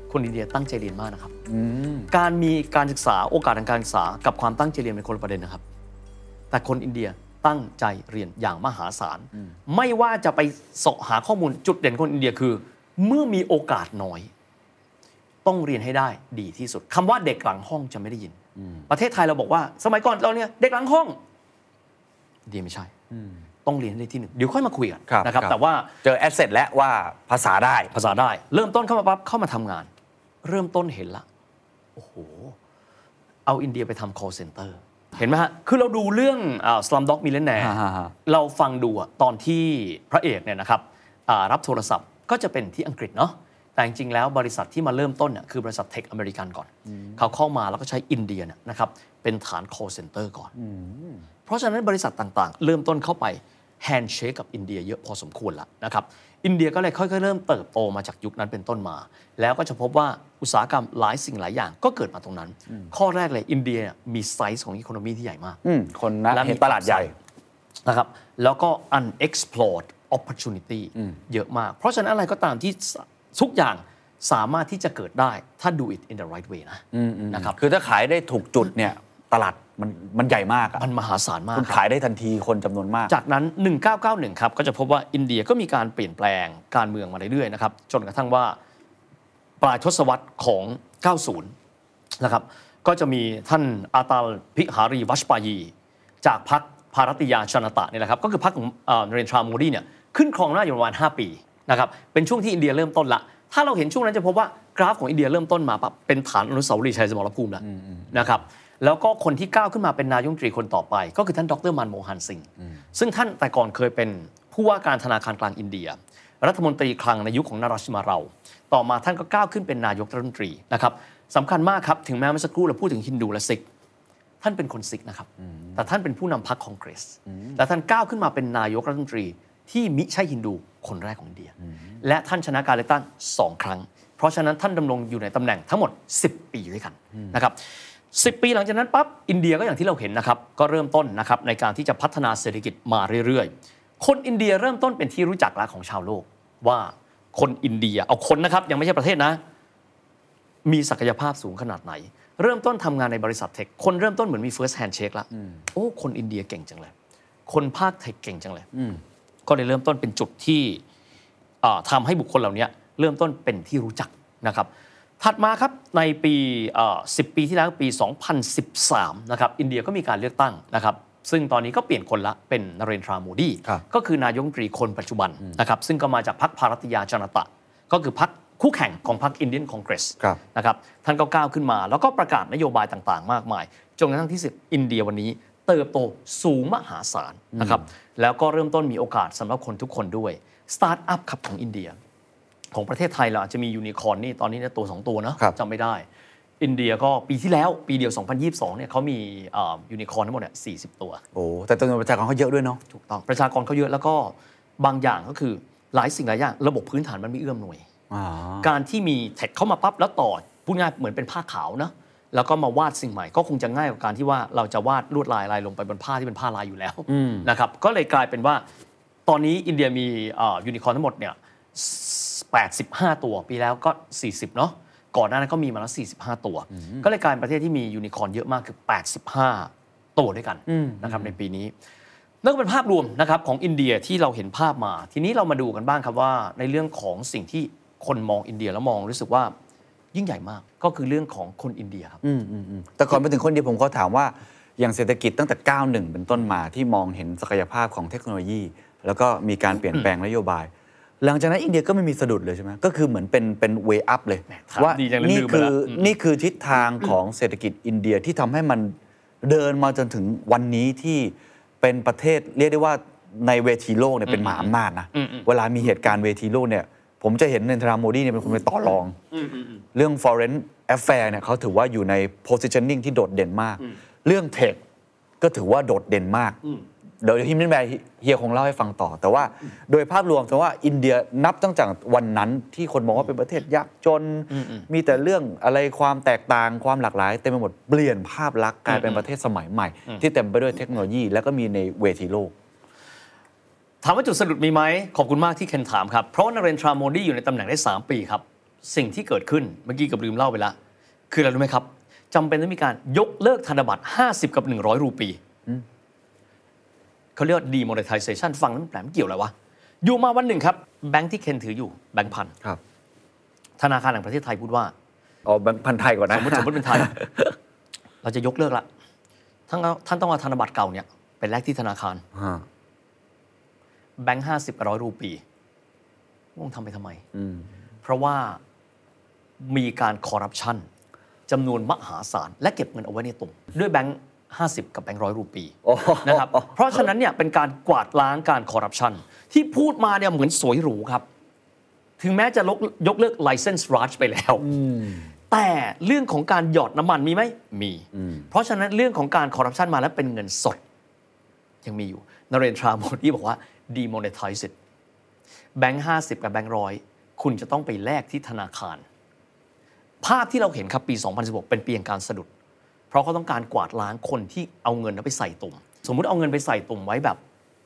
คนอินเดียตั้งใจเรียนมากนะครับการมีการศึกษาโอกาสทางการศึกษากับความตั้งใจเรียนเป็นคนละประเด็นนะครับแต่คนอินเดียตั้งใจเรียนอย่างมหาศาลไม่ว่าจะไปเสาะหาข้อมูลจุดเด่นคนอินเดียคือเมื่อมีโอกาสน้อยต้องเรียนให้ได้ดีที่สุดคำว่าเด็กหลังห้องจะไม่ได้ยินประเทศไทยเราบอกว่าสมัยก่อนเราเนี่ยเด็กหลังห้องดีไม่ใช่ต้องเรียนให้ได้ที่หนึ่งเดี๋ยวค่อยมาคุยกันนะครับแต่ว่าเจอแอสเซทแล้วว่าภาษาได้เริ่มต้นเข้ามาปั๊บเข้ามาทำงานเริ่มต้นเห็นละโอ้โหเอาอินเดียไปทำ call center เห็นไหมฮะคือเราดูเรื่องSlumdog Millionaire เราฟังดูตอนที่พระเอกเนี่ยนะครับรับโทรศัพท์ก็จะเป็นที่อังกฤษเนาะแต่จริงๆแล้วบริษัทที่มาเริ่มต้นเนี่ยคือบริษัทเทคอเมริกันก่อนเขาเข้ามาแล้วก็ใช้อินเดียเนี่ยนะครับเป็นฐาน call center ก่อนเพราะฉะนั้นบริษัทต่างๆเริ่มต้นเข้าไปแฮนด์เชคกับอินเดียเยอะพอสมควรแล้วนะครับอินเดียก็เลยค่อยๆเริ่มเติบโตมาจากยุคนั้นเป็นต้นมาแล้วก็จะพบว่าอุตสาหกรรมหลายสิ่งหลายอย่างก็เกิดมาตรงนั้นข้อแรกเลยอินเดียมีไซส์ของอีโคโนมีที่ใหญ่มากคนนะเห็นตลาดใหญ่นะครับแล้วก็ unexplored opportunity เยอะมากเพราะฉะนั้นอะไรก็ตามที่ทุกอย่างสามารถที่จะเกิดได้ถ้า do it in the right way นะครับคือถ้าขายได้ถูกจุดเนี่ยตลาดมันใหญ่มากมันมหาศาลมากคุณขายได้ทันทีคนจำนวนมากจากนั้น1991ครับก็จะพบว่าอินเดียก็มีการเปลี่ยนแปลงการเมืองมาเรื่อยๆนะครับจนกระทั่งว่าปลายทศวรรษของ 90 นะครับก็จะมีท่านอาตาลพิหารีวัชปายีจากพรรคภารติยาชนตะเนี่ยนะครับก็คือพรรคของนเรนทราโมดีเนี่ยขึ้นครองอำนาจอยู่ประมาณ5 ปีนะครับเป็นช่วงที่อินเดียเริ่มต้นละถ้าเราเห็นช่วงนั้นจะพบว่ากราฟของอินเดียเริ่มต้นมาปั๊บเป็นฐานอนุสาวรีย์ชัยสมรภูมิแล้วนะครับแล้วก็คนที่ก้าวขึ้นมาเป็นนายกรัฐมนตรีคนต่อไปก็คือท่านดร.มันโมฮันซิงห์ซึ่งท่านแต่ก่อนเคยเป็นผู้ว่าการธนาคารกลางอินเดียรัฐมนตรีคลังในยุคของนาราชิมาเราต่อมาท่านก็ก้าวขึ้นเป็นนายกรัฐมนตรีนะครับสำคัญมากครับถึงแม้เมื่อสักครู่เราพูดถึงฮินดูและซิกท่านเป็นคนซิกนะครับแต่ท่านเป็นผู้นำพรรคคองเกรสและท่านก้าวขึ้นมาเป็นนายกรัฐมนตรีที่มิใช่ฮินดูคนแรกของอินเดียและท่านชนะการเลือกตั้ง2 ครั้งเพราะฉะนั้นท่านดำรงอยู่ในตำแหน่งทั้งหมด10 ปีด้วยกันนะครับ10 ปีหลังจากนั้นปั๊บอินเดียก็อย่างที่เราเห็นนะครับก็เริ่มต้นนะครับในการที่จะพัฒนาเศรษฐกิจมาเรื่อยๆคนอินเดียเริ่มต้นเป็นที่รู้จักแล้วของชาวโลกว่าคนอินเดียเอาคนนะครับยังไม่ใช่ประเทศนะมีศักยภาพสูงขนาดไหนเริ่มต้นทำงานในบริษัทเทคคนเริ่มต้นเหมือนมี first handshake ละโอ้คนอินเดียเก่งจังเลยคนภาคเทคเก่งจังเลยก็เลยเริ่มต้นเป็นจุดที่ทำให้บุคคลเหล่านี้เริ่มต้นเป็นที่รู้จักนะครับถัดมาครับในปี10 ปีที่แล้วปี 2013 นะครับอินเดียก็มีการเลือกตั้งนะครับซึ่งตอนนี้ก็เปลี่ยนคนละเป็นนเรนทราโมดีก็คือนายกรัฐมนตรีคนปัจจุบันนะครับซึ่งก็มาจากพรรคภารติยาจนตะก็คือพรรคคู่แข่งของพรรคอินเดียนคองเกรสนะครับท่านก็ก้าวขึ้นมาแล้วก็ประกาศนโยบายต่างๆมากมายจนกระทั่งที่สุดอินเดียวันนี้เติบโตสูงมหาศาลนะครับแล้วก็เริ่มต้นมีโอกาสสำหรับคนทุกคนด้วยสตาร์ทอัพครับของอินเดียของประเทศไทยเราอาจจะมียูนิคอร์นนี่ตอนนี้ตัว2 ตัวนะจำไม่ได้อินเดียก็ปีที่แล้วปีเดียว2022เนี่ยเขามียูนิคอร์นทั้งหมดเนี่ย40 ตัวโอ้แต่จำนวนประชากรเขาเยอะด้วยเนาะถูกต้องประชากรเขาเยอะแล้วก็บางอย่างก็คือหลายสิ่งหลายอย่างระบบพื้นฐานมันไม่เอื้อมหน่วยการที่มีเทคเข้ามาปั๊บแล้วต่อพูดง่ายเหมือนเป็นผ้าขาวนะแล้วก็มาวาดสิ่งใหม่ก็คงจะง่ายกว่าการที่ว่าเราจะวาดลวดลายลงไปบนผ้าที่เป็นผ้าลายอยู่แล้วนะครับก็เลยกลายเป็นว่าตอนนี้อินเดียมียูนิคอร์นทั้งหมดเนี่ย85 ตัวปีแล้วก็40เนาะก่อนหน้านั้นก็มีมาแล้ว45 ตัวก็เลยกลายเป็นประเทศที่มียูนิคอร์นเยอะมากคือ85 ตัวด้วยกันนะครับในปีนี้นั่นก็เป็นภาพรวมนะครับของอินเดียที่เราเห็นภาพมาทีนี้เรามาดูกันบ้างครับว่าในเรื่องของสิ่งที่คนมองอินเดียแล้วมองรู้สึกว่ายิ่งใหญ่มากก็คือเรื่องของคนอินเดียครับแต่ก่อนไปถึงคนอินเดียผมก็ถามว่าอย่างเศรษฐกิจตั้งแต่91เป็นต้นมาที่มองเห็นศักยภาพของเทคโนโลยีแล้วก็มีการเปลี่ยนแปลงนโยบายหลังจากนั้นอินเดียก็ไม่มีสะดุดเลยใช่ไหมก็คือเหมือนเป็น way up เลยว่านี่คือทิศทางของเศรษฐกิจอินเดียที่ทำให้มันเดินมาจนถึงวันนี้ที่เป็นประเทศเรียกได้ว่าในเวทีโลกเนี่ยเป็นมหาอำนาจนะเวลามีเหตุการณ์เวทีโลกเนี่ยผมจะเห็นเนเธอร์แลนด์โมดีเนี่ยเป็นคนไปต่อรองเรื่อง foreign affair เนี่ยเขาถือว่าอยู่ใน positioning ที่โดดเด่นมากเรื่อง tech ก็ถือว่าโดดเด่นมากเดี๋ยวฮิมมินแบร์เฮียคงเล่าให้ฟังต่อแต่ว่าโดยภาพรวมแต่ว่าอินเดียนับตั้งแต่วันนั้นที่คนมองว่าเป็นประเทศยากจนมีแต่เรื่องอะไรความแตกต่างความหลากหลายเต็มไปหมดเปลี่ยนภาพลักษณ์กลายเป็นประเทศสมัยใหม่ที่เต็มไปด้วยเทคโนโลยีแล้วก็มีในเวทีโลกถามว่าจุดสะดุดมีไหมขอบคุณมากที่เคนถามครับเพราะนเรนทราโมดีอยู่ในตำแหน่งได้3 ปีครับสิ่งที่เกิดขึ้นเมื่อกี้กับลืมเล่าไปแล้วคืออะไรรู้ไหมครับจำเป็นต้องมีการยกเลิกธนบัตร50กับ100รูปีเขาเรียกว่า demonetization ฟังแล้วมันแปลไม่เกี่ยวอะไรวะอยู่มาวันหนึ่งครับแบงค์ที่เคนถืออยู่แบงค์พันครับธนาคารแห่งประเทศไทยพูดว่าอ๋อแบงค์พันไทยก่อนนะสมมติเป็นไทย เราจะยกเลิกละท่านต้องเอาธนบัตรเก่าเนี่ยไปแลกที่ธนาคารแบงค์50กับ100รูปีวงทำไปทำไมเพราะว่ามีการคอร์รัปชันจำนวนมหาศาลและเก็บเงินเอาไว้ในตุ่มด้วยแบงค์50กับแบงค์100รูปีนะครับเพราะฉะนั้นเนี่ยเป็นการกวาดล้างการคอร์รัปชันที่พูดมาเนี่ยเหมือนสวยหรูครับถึงแม้จะยกเลิก license Raj ไปแล้วแต่เรื่องของการหยอดน้ำมันมีไหมมีเพราะฉะนั้นเรื่องของการคอร์รัปชันมาแล้วเป็นเงินสดยังมีอยู่นเรนทราโมดีบอกว่า demonetize it แบงค์50กับแบงค์100คุณจะต้องไปแลกที่ธนาคารภาพที่เราเห็นครับปี2016เป็นปีแห่งการสะดุดเพราะเขาต้องการกวาดล้างคนที่เอาเงินไปใส่ตุ่มสมมุติเอาเงินไปใส่ตุ่มไว้แบบ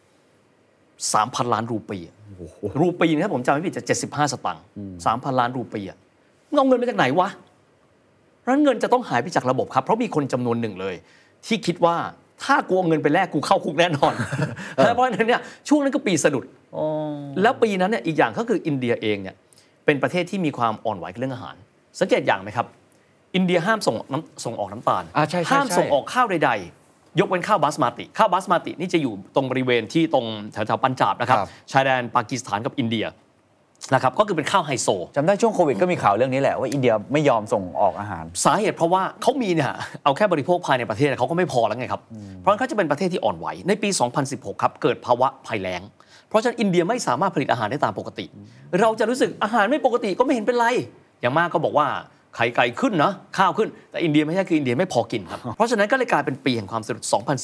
3,000 ล้านรูปีรูปีนะครับผมจำไม่ผิดจะ75สตางค์ 3,000 ล้านรูปีอ่ะเอาเงินมาจากไหนวะเพราะเงินจะต้องหายไปจากระบบครับเพราะมีคนจำนวนหนึ่งเลยที่คิดว่าถ้ากูเอาเงินไปแลกกูเข้าคุกแน่นอนเพราะฉะนั้นเนี่ยช่วงนั้นก็ปีสะดุดแล้วปีนั้นเนี่ยอีกอย่างก็คืออินเดียเองเนี่ยเป็นประเทศที่มีความอ่อนไหวกับเรื่องอาหารสังเกตอย่างไหมครับอินเดียห้ามส่งออกน้ำตาลห้ามส่งออกข้าวใดๆยกเว้นข้าวบาสมาติข้าวบาสมาตินี่จะอยู่ตรงบริเวณที่ตรงแถวๆปัญจาบนะครับชายแดนปากีสถานกับอินเดียนะครับก็คือเป็นข้าวไฮโซจำได้ช่วงโควิดก็มีข่าวเรื่องนี้แหละว่าอินเดียไม่ยอมส่งออกอาหารสาเหตุเพราะว่าเขามีเนี่ยเอาแค่บริโภคภายในประเทศเขาก็ไม่พอแล้วไงครับเพราะฉะนั้นเขาจะเป็นประเทศที่อ่อนไหวในปี 2016 ครับเกิดภาวะภัยแล้งเพราะฉะนั้นอินเดียไม่สามารถผลิตอาหารได้ตามปกติเราจะรู้สึกอาหารไม่ปกติก็ไม่เห็นเป็นไรอย่างมากก็บอกว่าไข่ไก่ขึ้นนะข้าวขึ้นแต่อินเดียไม่ใช่คืออินเดียไม่พอกินครับเพราะฉะนั้นก็เลยกลายเป็นปีแห่งความสะดุด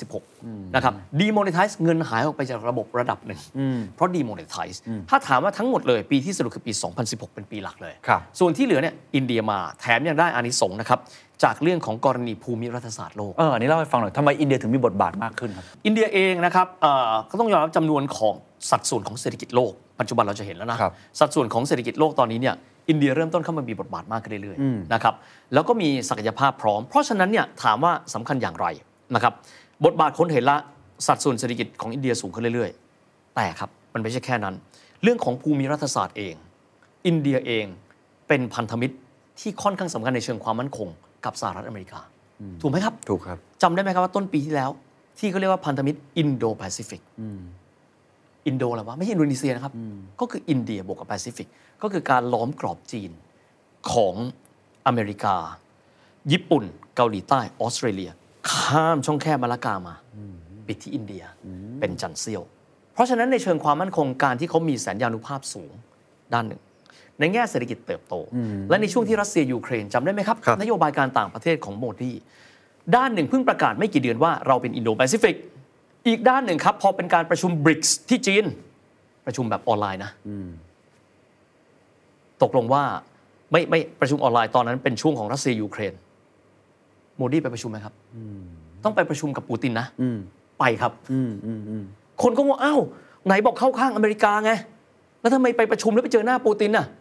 2016 นะครับ demonetize เงินหายออกไปจากระบบระดับหนึ่งเพราะ demonetize ถ้าถามว่าทั้งหมดเลยปีที่สะดุดคือปี 2016 เป็นปีหลักเลยส่วนที่เหลือเนี่ยอินเดียมาแถมยังได้อานิสงส์นะครับจากเรื่องของกรณีภูมิรัฐศาสตร์โลกอันนี้เล่าให้ฟังหน่อยทำไมอินเดียถึงมีบทบาทมากขึ้นครับอินเดียเองนะครับก็ต้องยอมรับจำนวนของสัดส่วนของเศรษฐกิจโลกปัจจุบันเราจะเห็นแล้วนะสัดส่วนของเศรษฐกิจโลกตอนนี้เนี่ยอินเดียเริ่มต้นเข้ามามีบทบาทมากขึ้นเรื่อยๆนะครับแล้วก็มีศักยภาพพร้อมเพราะฉะนั้นเนี่ยถามว่าสำคัญอย่างไรนะครับบทบาทคนเห็นละสัดส่วนเศรษฐกิจของอินเดียสูงขึ้นเรื่อยๆแต่ครับมันไม่ใช่แค่นั้นเรื่องของภูมิรัฐศาสตร์เองอินเดียเองเป็นพันธมิตรที่ค่อนข้างสำคัญในเชิงความมั่นคงกับสหรัฐอเมริกาถูกไหมครับถูกครับจำได้ไหมครับว่าต้นปีที่แล้วที่เขาเรียกว่าพันธมิตรอินโดแปซิฟิกอินโดอะไรวะไม่ใช่อินโดนีเซียนะครับก็คืออินเดียบวกกับแปซิฟิกก็คือการล้อมกรอบจีนของอเมริกาญี่ปุ่นเกาหลีใต้ออสเตรเลียข้ามช่องแคบมาลากามาปิดที่อินเดียเป็นจันเซียวเพราะฉะนั้นในเชิงความมั่นคงการที่เขามีสัญญานุภาพสูงด้านหนึ่งในแง่เศรษฐกิจเติบโตและในช่วงที่รัสเซียยูเครนจำได้ไหมครับนโยบายการต่างประเทศของโมดีด้านหนึ่งเพิ่งประกาศไม่กี่เดือนว่าเราเป็นอินโดแปซิฟิกอีกด้านหนึ่งครับพอเป็นการประชุม BRICS ที่จีนประชุมแบบออนไลน์นะตกลงว่าไม่ประชุมออนไลน์ตอนนั้นเป็นช่วงของรัสเซียยูเครนโมดีไปประชุมไหมครับต้องไปประชุมกับปูตินนะไปครับคนก็ว่าอ้าวไหนบอกเข้าข้างอเมริกาไงแล้วทำไมไปประชุมแล้วไปเจอหน้าปูตินน่ะ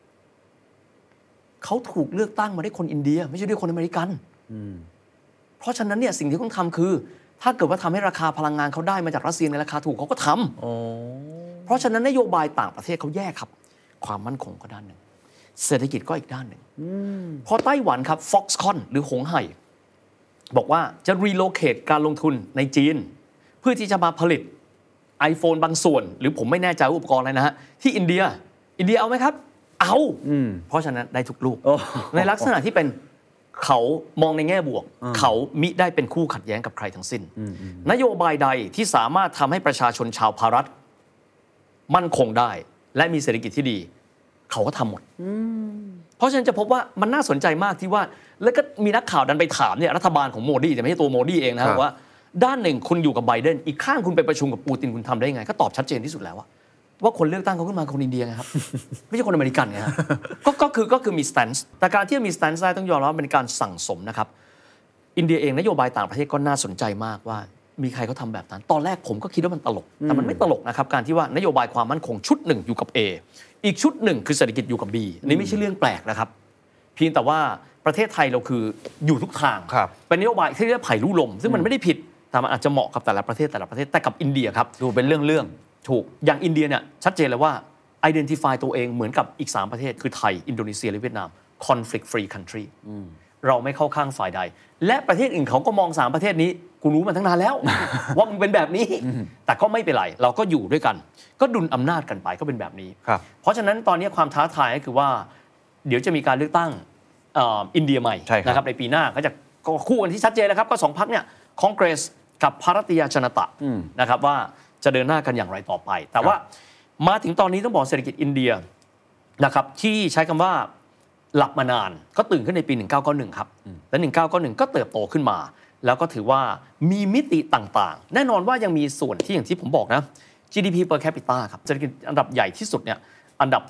เขาถูกเลือกตั้งมาด้วยคนอินเดียไม่ใช่ด้วยคนอเมริกันเพราะฉะนั้นเนี่ยสิ่งที่ต้องทำคือถ้าเกิดว่าทำให้ราคาพลังงานเขาได้มาจากรัสเซียในราคาถูกเขาก็ทำเพราะฉะนั้นนโยบายต่างประเทศเขาแยกครับความมั่นคงก็ด้านหนึ่งเศรษฐกิจก็อีกด้านหนึ่งพอไต้หวันครับ Foxconn หรือหงไห่บอกว่าจะ relocate การลงทุนในจีนเพื่อที่จะมาผลิต iPhone บางส่วนหรือผมไม่แน่ใจอุปกรณ์อะไรนะฮะที่อินเดียเอาไหมครับเอาเพราะฉะนั้นได้ทุกลูกในลักษณะที่เป็นเขามองในแง่บวกเขามิได้เป็นคู่ขัดแย้งกับใครทั้งสิ้นนโยบายใดที่สามารถทำให้ประชาชนชาวภารัฐมั่นคงได้และมีเศรษฐกิจที่ดีเขาก็ทำหมดเพราะฉะนั้นจะพบว่ามันน่าสนใจมากที่ว่าแล้วก็มีนักข่าวดันไปถามเนี่ยรัฐบาลของโมดีแต่ไม่ใช่ตัวโมดีเองนะว่าด้านหนึ่งคุณอยู่กับไบเดนอีกข้างคุณไปประชุมกับปูตินคุณทำได้ยังไงก็ตอบชัดเจนที่สุดแล้วว่าคนเลือกตั้งเขาขึ้นมาคนอินเดียไงครับ ไม่ใช่คนอเมริกันไงฮะ ก็คือมีสแตนซ์แต่การที่มีสแตนซ์ได้ต้องยอมรับว่าเป็นการสั่งสมนะครับอินเดียเองนโยบายต่างประเทศก็น่าสนใจมากว่ามีใครเขาทำแบบนั้นตอนแรกผมก็คิดว่ามันตลกแต่มันไม่ตลกนะครับการที่ว่านโยบายความมั่นคงชุดหนึ่งอยู่กับ A อีกชุดหนึ่งคือเศรษฐกิจอยู่กับ B อันนี้ไม่ใช่เรื่องแปลกนะครับเพียงแต่ว่าประเทศไทยเราคืออยู่ทุกทางเป็นนโยบายที่เรียกไผ่ลู่ลมซึ่งมันไม่ได้ผิดแต่มันอาจจะเหมาะกับแต่ละประเทศแต่กับอินเดียครับดูเป็นเรื่องถูกอย่างอินเดียเนี่ยชัดเจนเลยว่า identify ตัวเองเหมือนกับอีก3ประเทศคือไทยอินโดนีเซียและเวียดนาม conflict free country เราไม่เข้าข้างฝ่ายใดและประเทศอื่นเขาก็มอง3ประเทศนี้กูรู้มาตั้งนานแล้ว ว่ามึงเป็นแบบนี้แต่ก็ไม่เป็นไรเราก็อยู่ด้วยกันก็ดุลอำนาจกันไปก็เป็นแบบนี้เพราะฉะนั้นตอนนี้ความท้าทายก็คือว่าเดี๋ยวจะมีการเลือกตั้งอินเดียใหม่นะครับในปีหน้าก็จะคู่กันที่ชัดเจนแล้วครับก็2พรรคเนี่ยคองเกรสกับภารติยาจนตะนะครับว่าจะเดินหน้ากันอย่างไรต่อไปแต่ว่ามาถึงตอนนี้ต้องบอกเศรษฐกิจอินเดียนะครับที่ใช้คำว่าหลับมานานก็ตื่นขึ้นในปี1991ครับและ1991ก็เติบโตขึ้นมาแล้วก็ถือว่ามีมิติต่างๆแน่นอนว่ายังมีส่วนที่อย่างที่ผมบอกนะ GDP per capita ครับเศรษฐกิจอันดับใหญ่ที่สุดเนี่ยอันดับ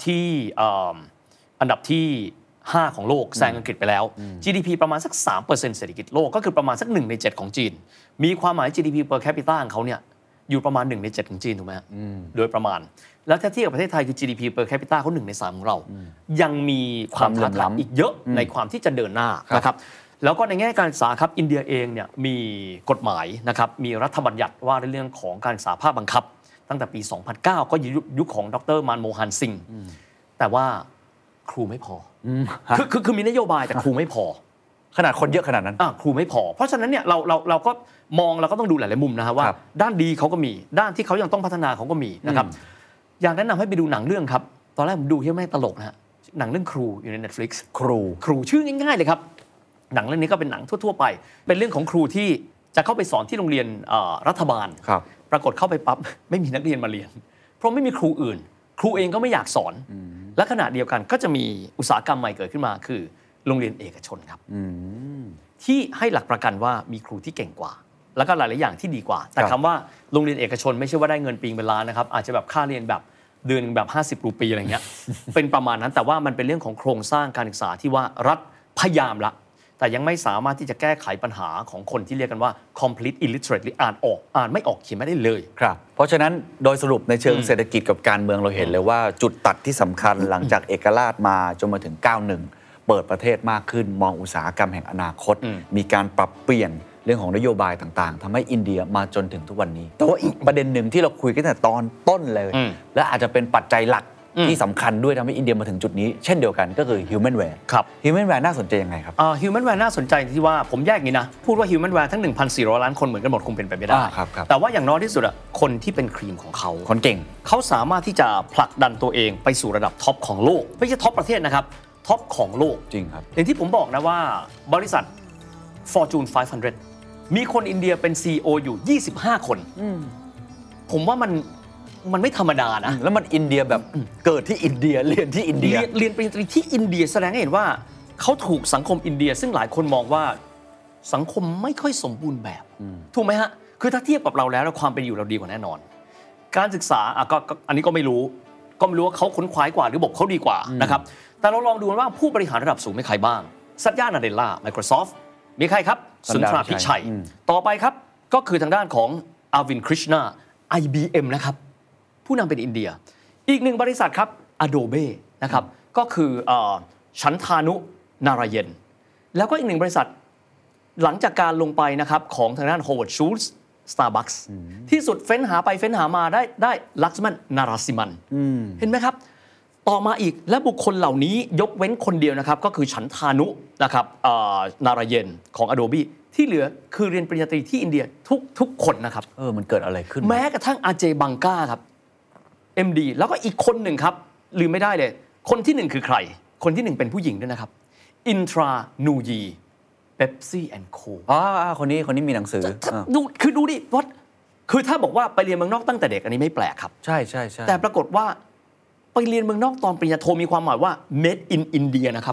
ที่5ของโลกแซงอังกฤษไปแล้ว GDP ประมาณสัก 3% เศรษฐกิจโลกก็คือประมาณสัก1ใน7ของจีนมีความหมาย GDP per capita ของเขาเนี่ยอยู่ประมาณ1ใน7ของจีนถูกไหมโดยประมาณแล้วถ้าเทียบกับประเทศไทยคือ GDP per capita เขา1ใน3ของเรายังมีความท้าทายอีกเยอะในความที่จะเดินหน้านะครับแล้วก็ในแง่การศึกษาครับอินเดียเองเนี่ยมีกฎหมายนะครับมีรัฐบัญญัติว่าในเรื่องของการศึกษาภาคบังคับตั้งแต่ปี 2009 ก็ยุคของดร.มานโมฮันซิงแต่ว่าครูไม่พอคือมีนโยบายแต่ครูไม่พอขนาดคนเยอะขนาดนั้นครูไม่พอเพราะฉะนั้นเนี่ยเราก็มองเราก็ต้องดูหลายๆมุมนะครับว่าด้านดีเขาก็มีด้านที่เขายังต้องพัฒนาเขาก็มีนะครับอยากแนะนำให้ไปดูหนังเรื่องครับตอนแรกผมดูที่ไม่ตลกนะฮะหนังเรื่องครูอยู่ใน Netflix ครูชื่อง่ายๆเลยครับหนังเรื่องนี้ก็เป็นหนังทั่วๆไปเป็นเรื่องของครูที่จะเข้าไปสอนที่โรงเรียนรัฐบาลปรากฏเข้าไปปั๊บไม่มีนักเรียนมาเรียนเพราะไม่มีครูอื่นครูเองก็ไม่อยากสอนและขณะเดียวกันก็จะมีอุตสาหกรรมใหม่เกิดขึ้นมาคือโรงเรียนเอกชนครับที่ให้หลักประกันว่ามีครูที่เก่งกว่าแล้วก็หลายๆอย่างที่ดีกว่าแต่คำว่าโรงเรียนเอกชนไม่ใช่ว่าได้เงินปีเป็นล้านนะครับอาจจะแบบค่าเรียนแบบเดือนแบบ50รูปีอะไรเงี้ย เป็นประมาณนั้นแต่ว่ามันเป็นเรื่องของโครงสร้างการศึกษาที่ว่ารัฐพยายามละแต่ยังไม่สามารถที่จะแก้ไขปัญหาของคนที่เรียกกันว่า complete illiterate หรืออ่านไม่ออกเขียนไม่ได้เลยครับเพราะฉะนั้นโดยสรุปในเชิงเศรษฐกิจกับการเมืองเราเห็นเลยว่าจุดตัดที่สำคัญหลังจากเอกราชมาจนมาถึง91เปิดประเทศมากขึ้นมองอุตสาหกรรมแห่งอนาคตมีการปรับเปลี่ยนเรื่องของนโยบายต่างๆทำให้อินเดียมาจนถึงทุกวันนี้แต่ว่าอีกประเด็นหนึ่งที่เราคุยกันแต่ตอนต้นเลยและอาจจะเป็นปัจจัยหลักที่สำคัญด้วยทำให้อินเดียมาถึงจุดนี้เช่นเดียวกันก็คือ Humanware ครับ Humanware น่าสนใจยังไงครับ Humanware น่าสนใจที่ว่าผมแยกงี้นะพูดว่า Humanware ทั้ง 1,400 ล้านคนเหมือนกันหมดคงเป็นไปไม่ได้แต่ว่าอย่างน้อยที่สุดคนที่เป็นครีมของเขาคนเก่งเขาสามารถที่จะผลักดันตัวเองไปสู่ระดับท็อปของโลกไม่ใช่ท็อปประเทศนะครับท็อปของโลกจริงครับอย่างที่ผมบอกนะว่าบริษัท Fortune 500 มีคนอินเดียเป็น CEO อยู่25คนผมว่ามันไม่ธรรมดานะแล้วมันอินเดียแบบเกิดที่อินเดียเรียนที่อินเดียเรียนปริญญาตรีที่อินเดียแสดงให้เห็นว่าเขาถูกสังคมอินเดียซึ่งหลายคนมองว่าสังคมไม่ค่อยสมบูรณ์แบบถูกไหมฮะคือถ้าเทียบกับเราแล้วความเป็นอยู่เราดีกว่าแน่นอนการศึกษาก็อันนี้ก็ไม่รู้ว่าเขาค้นคว้ากว่าหรือระบบเขาดีกว่านะครับแต่เราลองดูว่าผู้บริหารระดับสูงมีใครบ้างสัตยา นาเดลล่า Microsoft มีใครครับสุนทราพิชัยต่อไปครับก็คือทางด้านของอาวินคริชนา IBM นะครับผู้นำเป็นอินเดียอีกหนึ่งบริษัทครับ Adobe นะครับก็คือชันทานุนารายณ์แล้วก็อีกหนึ่งบริษัทหลังจากการลงไปนะครับของทางด้าน Howard Schultz Starbucks ที่สุดเฟ้นหาไปเฟ้นหามาได้ลักษมันนาราซิมันเห็นไหมครับต่อมาอีกและบุคคลเหล่านี้ยกเว้นคนเดียวนะครับก็คือชันทานุนะครับนารายณ์ของ Adobe ที่เหลือคือเรียนปริญญาตรีที่อินเดียทุกคนนะครับมันเกิดอะไรขึ้นแม้กระทั่งอาเจบังกาครับ MD แล้วก็อีกคนหนึ่งครับลืมไม่ได้เลยคนที่หนึ่งคือใครคนที่หนึ่งเป็นผู้หญิงด้วยนะครับอินทรานูยีเ Pepsi and Co คนนี้มีหนังสือดูดิว่าคือถ้าบอกว่าไปเรียนเมืองนอกตั้งแต่เด็กอันนี้ไม่แปลกครับใช่แต่ปรากฏว่าไปเรียนเมืองนอกตอนปริญญาโทมีความหมายว่า made in India นะครับ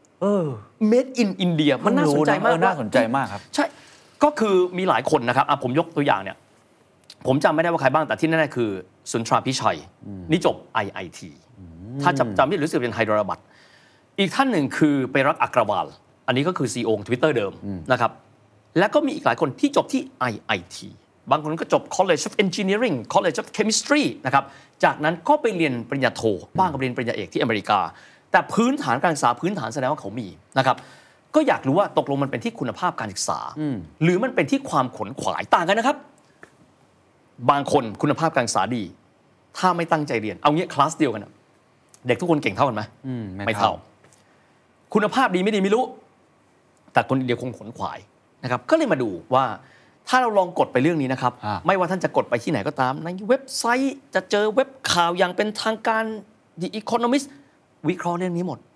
made in India มันน่าสนใจมากน่าสนใจมากครับใช่ก็คือมีหลายคนนะครับผมยกตัวอย่างเนี่ยผมจำไม่ได้ว่าใครบ้างแต่ที่แน่ๆคือสุนทราพิชัยนี่จบ IIT ถ้าจำไม่รู้สึกเป็นไฮดราบัดอีกท่านหนึ่งคือเปรักอักรวาลอันนี้ก็คือ CEO ของ Twitter เดิมนะครับแล้วก็มีอีกหลายคนที่จบที่ IIT บางคนก็จบ College of Engineering College of Chemistry นะครับจากนั้นก็ไปเรียนปริญญาโทบ้างก็เรียนปริญญาเอกที่อเมริกาแต่พื้นฐานการศึกษาพื้นฐานแสดงว่าเขามีนะครับก็อยากรู้ว่าตกลงมันเป็นที่คุณภาพการศึกษาหรือมันเป็นที่ความขนขวายต่างกันนะครับบางคนคุณภาพการศึกษาดีถ้าไม่ตั้งใจเรียนเอางี้คลาสเดียวกันเด็กทุกคนเก่งเท่ากันไหมไม่เท่าคุณภาพดีไม่ดีไม่รู้แต่คนอินเดียคงขนขวายนะครับก็เลยมาดูว่าถ้าเราลองกดไปเรื่องนี้นะครับไม่ว่าท่านจะกดไปที่ไหนก็ตามในเว็บไซต์จะเจอเว็บข่าวอย่างเป็นทางการ The Economist วิเคราะห์เรื่องนี้หมด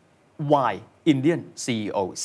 Why Indian CEOs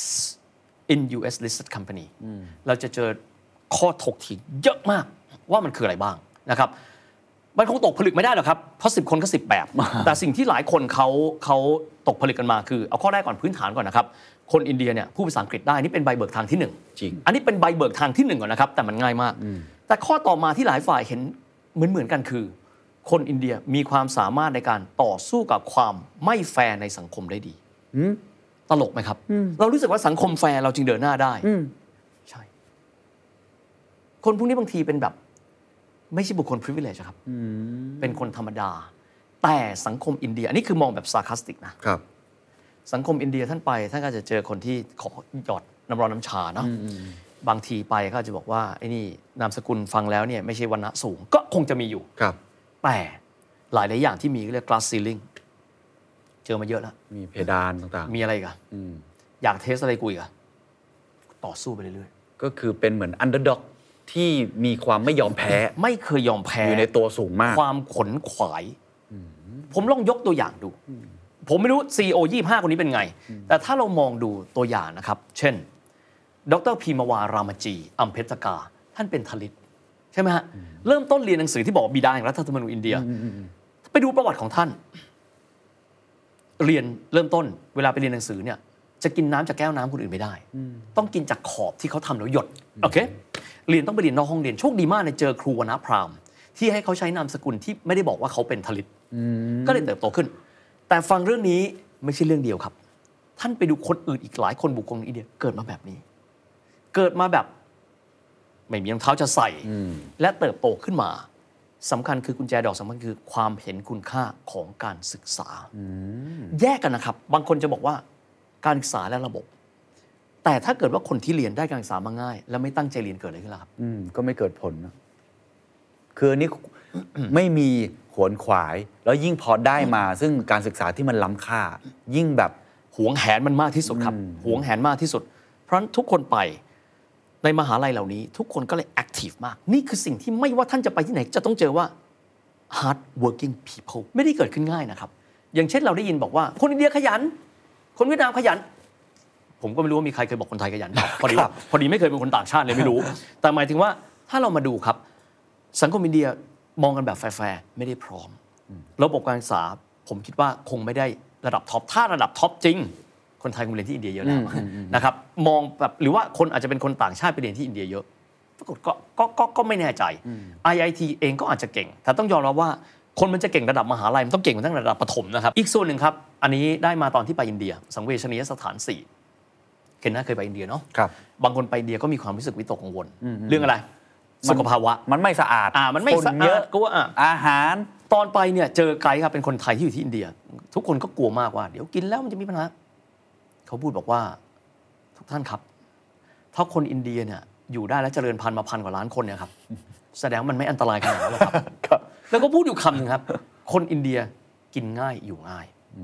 in US listed company เราจะเจอข้อถกเถียงเยอะมากว่ามันคืออะไรบ้างนะครับมันคงตกผลึกไม่ได้หรอกครับเพราะ10 คนก็10 แบบ แต่สิ่งที่หลายคนเขาตกผลึกกันมาคือเอาข้อแรกก่อนพื้นฐานก่อนนะครับคนอินเดียเนี่ยพูดภาษาอังกฤษได้นี่เป็นใบเบิกทางที่1 จริงอันนี้เป็นใบเบิกทางที่1ก่อนนะครับแต่มันง่ายมากแต่ข้อต่อมาที่หลายฝ่ายเห็นเหมือนกันคือคนอินเดียมีความสามารถในการต่อสู้กับความไม่แฟร์ในสังคมได้ดีตลกไหมครับเรารู้สึกว่าสังคมแฟร์เราจึงเดินหน้าได้ใช่คนพวกนี้บางทีเป็นแบบไม่ใช่บุคคล privilege ครับเป็นคนธรรมดาแต่สังคมอินเดียอันนี้คือมองแบบ sarcastic นะครับสังคมอินเดียท่านไปท่านก็จะเจอคนที่ขอหยอดน้ำร้อนน้ำชาเนาะบางทีไปก็จะบอกว่าไอ้นี่นามสกุลฟังแล้วเนี่ยไม่ใช่วรรณะสูงก็คงจะมีอยู่แต่หลายอย่างที่มีเรียก glass ceiling เจอมาเยอะแล้วมีเพดานต่างๆมีอะไรกันอยากเทสอะไรกูอีกอะต่อสู้ไปเรื่อยๆก็คือเป็นเหมือน underdogที่มีความไม่ยอมแพ้ไม่เคยยอมแพ้อยู่ในตัวสูงมากความขนขวายผมลองยกตัวอย่างดูผมไม่รู้ CEO 25 คนนี้เป็นไงแต่ถ้าเรามองดูตัวอย่างนะครับเช่นดร.พีมวารามจีอัมเพชกาท่านเป็นทลิตใช่ไหมฮะเริ่มต้นเรียนหนังสือที่บอกบิดาแห่งรัฐธรรมนูญอินเดียไปดูประวัติของท่านเรียนเริ่มต้นเวลาไปเรียนหนังสือเนี่ยจะกินน้ำจากแก้วน้ำคนอื่นไม่ได้ต้องกินจากขอบที่เขาทำแล้วหยดโอเคเรียนต้องไปเรียนนอกห้องเรียนโชคดีมากเลยเจอครูวรรณพราหมณ์ที่ให้เขาใช้นามสกุลที่ไม่ได้บอกว่าเขาเป็นทลิตก็เลยเติบโตขึ้นแต่ฟังเรื่องนี้ไม่ใช่เรื่องเดียวครับท่านไปดูคนอื่นอีกหลายคนบุคคลในอินเดียเกิดมาแบบนี้เกิดมาแบบไม่มีรองเท้าจะใส่และเติบโตขึ้นมาสำคัญคือกุญแจดอกสำคัญคือความเห็นคุณค่าของการศึกษาแยกกันนะครับบางคนจะบอกว่าการศึกษาและระบบแต่ถ้าเกิดว่าคนที่เรียนได้การศึกษามาง่ายแล้วไม่ตั้งใจเรียนเกิดอะไรขึ้นล่ะครับก็ไม่เกิดผลนะคือนี่ ไม่มีขวนขวายแล้วยิ่งพอได้มาซึ่งการศึกษาที่มันล้ำค่ายิ่งแบบหวงแหนมันมากที่สุดครับหวงแหนมากที่สุดเพราะฉะนั้นทุกคนไปในมหาลัยเหล่านี้ทุกคนก็เลยแอคทีฟมากนี่คือสิ่งที่ไม่ว่าท่านจะไปที่ไหนจะต้องเจอว่า hard working people ไม่ได้เกิดขึ้นง่ายนะครับอย่างเช่นเราได้ยินบอกว่าคนอินเดียขยันคนเวียดนามขยันผมก็ไม่รู้ว่ามีใครเคยบอกคนไทยขยันพอดีไม่เคยเป็นคนต่างชาติเลยไม่รู้แต่หมายถึงว่าถ้าเรามาดูครับสังคมอินเดียมองกันแบบแฟร์ไม่ได้พร้อมระบบการศึกษาผมคิดว่าคงไม่ได้ระดับท็อปถ้าระดับท็อปจริงคนไทยคงเรียนที่อินเดียเยอะแล้วนะครับมองแบบหรือว่าคนอาจจะเป็นคนต่างชาติไปเรียนที่อินเดียเยอะปรากฏก็ไม่แน่ใจ IIT เองก็อาจจะเก่งแต่ต้องยอมรับว่าคนมันจะเก่งระดับมหาลัยมันต้องเก่งตั้งแต่ระดับประถมนะครับอีกส่วนหนึ่งครับอันนี้ได้มาตอนที่ไปอินเดียสังเวชนียสถาน4เคนน่าเคยไปอินเดียเนาะบางคนไปอินเดียก็มีความรู้สึกวิตกกังวลเรื่องอะไรสุขภาวะมันไม่สะอาดมันไม่สะอาดก็ว่าอาหารตอนไปเนี่ยเจอไกด์ครับเป็นคนไทยที่อยู่ที่อินเดียทุกคนก็กลัวมากว่าเดี๋ยวกินแล้วมันจะมีปัญหาเขาพูดบอกว่าทุกท่านครับถ้าคนอินเดียเนี่ยอยู่ได้และเจริญพันธุ์มา1,000 กว่าล้านคนเนี่ยครับแสดงมันไม่อันตรายขนาดนั้นหรอกครับแล้วก็พูดอยู่คำนึงครับคนอินเดียกินง่ายอยู่ง่าย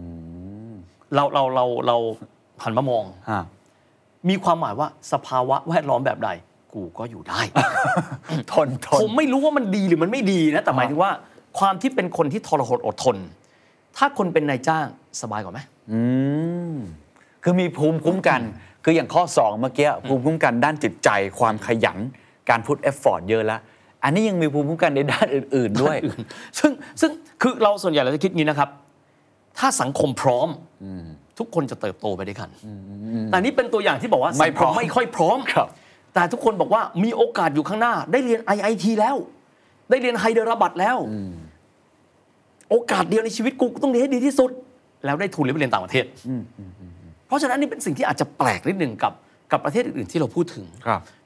เราหันมามองมีความหมายว่าสภาวะแวดล้อมแบบใดกูก็อยู่ได้ทนผมไม่รู้ว่ามันดีหรือมันไม่ดีนะแต่หมายถึงว่าความที่เป็นคนที่ทรหดอดทนถ้าคนเป็นนายจ้างสบายกว่าไหมคือมีภูมิคุ้มกันคืออย่างข้อ2เมื่อกี้ภูมิคุ้มกันด้านจิตใจความขยันการพุทเอฟฟอร์ตเยอะแล้วอันนี้ยังมีภูมิคุ้มกันในด้านอื่นๆด้วยซึ่งคือเราส่วนใหญ่เราจะคิดงี้นะครับถ้าสังคมพร้อมทุกคนจะเติบโตไปด้วยกันแต่นี่เป็นตัวอย่างที่บอกว่าสังคมไม่ค่อยพร้อมแต่ทุกคนบอกว่ามีโอกาสอยู่ข้างหน้าได้เรียน IIT แล้วได้เรียนไฮเดราบัดแล้วโอกาสเดียวในชีวิตกูต้องเรียนให้ดีที่สุดแล้วได้ทุนหรือไปเรียนต่างประเทศเพราะฉะนั้นนี่เป็นสิ่งที่อาจจะแปลกนิดนึงกับประเทศอื่นๆที่เราพูดถึง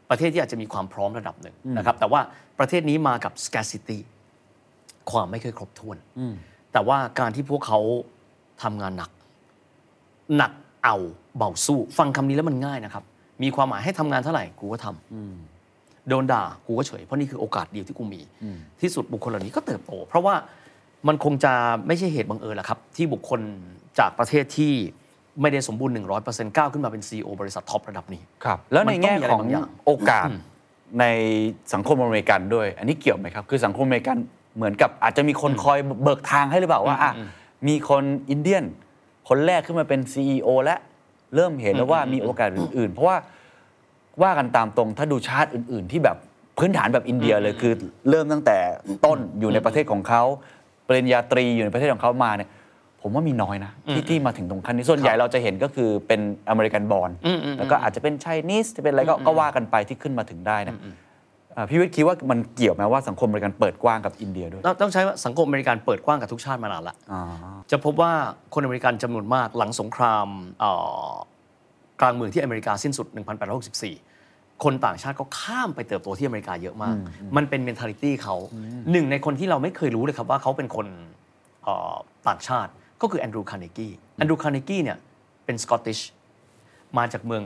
ประเทศที่อาจจะมีความพร้อมระดับหนึ่งนะครับแต่ว่าประเทศนี้มากับ scarcity ความไม่เคยครบถ้วนแต่ว่าการที่พวกเขาทำงานหนักเอาเบาสู้ฟังคำนี้แล้วมันง่ายนะครับมีความหมายให้ทำงานเท่าไหร่กูก็ทำโดนด่ากูก็เฉยเพราะนี่คือโอกาสเดียวที่กูมีที่สุดบุคคลเหล่านี้ก็เติบโตเพราะว่ามันคงจะไม่ใช่เหตุบังเอิญหรอกครับที่บุคคลจากประเทศที่ไม่ได้สมบูรณ์ 100% ก้าวขึ้นมาเป็น CEO บริษัทท็อประดับนี้ครับแล้วในแง่ของโอกาสในสังคมอเมริกันด้วยอันนี้เกี่ยวไหมครับคือสังคมอเมริกันเหมือนกับอาจจะมีคนคอยเบิกทางให้หรือเปล่าว่ามีคนอินเดียนคนแรกขึ้นมาเป็น CEO และเริ่มเห็นแล้วว่ามีโอกาสอื่นๆเพราะว่ากันตามตรงถ้าดูชาติอื่นๆที่แบบพื้นฐานแบบอินเดียเลยคือเริ่มตั้งแต่ต้นอยู่ในประเทศของเขาปริญญาตรีอยู่ในประเทศของเขามาเนี่ยผมว่ามีน้อยนะที่มาถึงตรงขั้นนี้ส่วนใหญ่เราจะเห็นก็คือเป็นอเมริกันบอร์นแล้วก็อาจจะเป็นไชนีสจะเป็นอะไรก็ว่ากันไปที่ขึ้นมาถึงได้นะพี่วิทย์คิดว่ามันเกี่ยวไหมว่าสังคมอเมริกันเปิดกว้างกับอินเดียด้วยต้องใช้ว่าสังคมอเมริกันเปิดกว้างกับทุกชาติมานานละจะพบว่าคนอเมริกันจำนวนมากหลังสงครามกลางเมืองที่อเมริกาสิ้นสุด 1864 คนต่างชาติก็ข้ามไปเติบโตที่อเมริกาเยอะมากมันเป็น mentality เขาหนึ่งในคนที่เราไม่เคยรู้เลยครับว่าเขาเป็นคนต่างชาติก็คือแอนดรูว์คาร์เนกี้เนี่ยเป็นสกอตติชมาจากเมื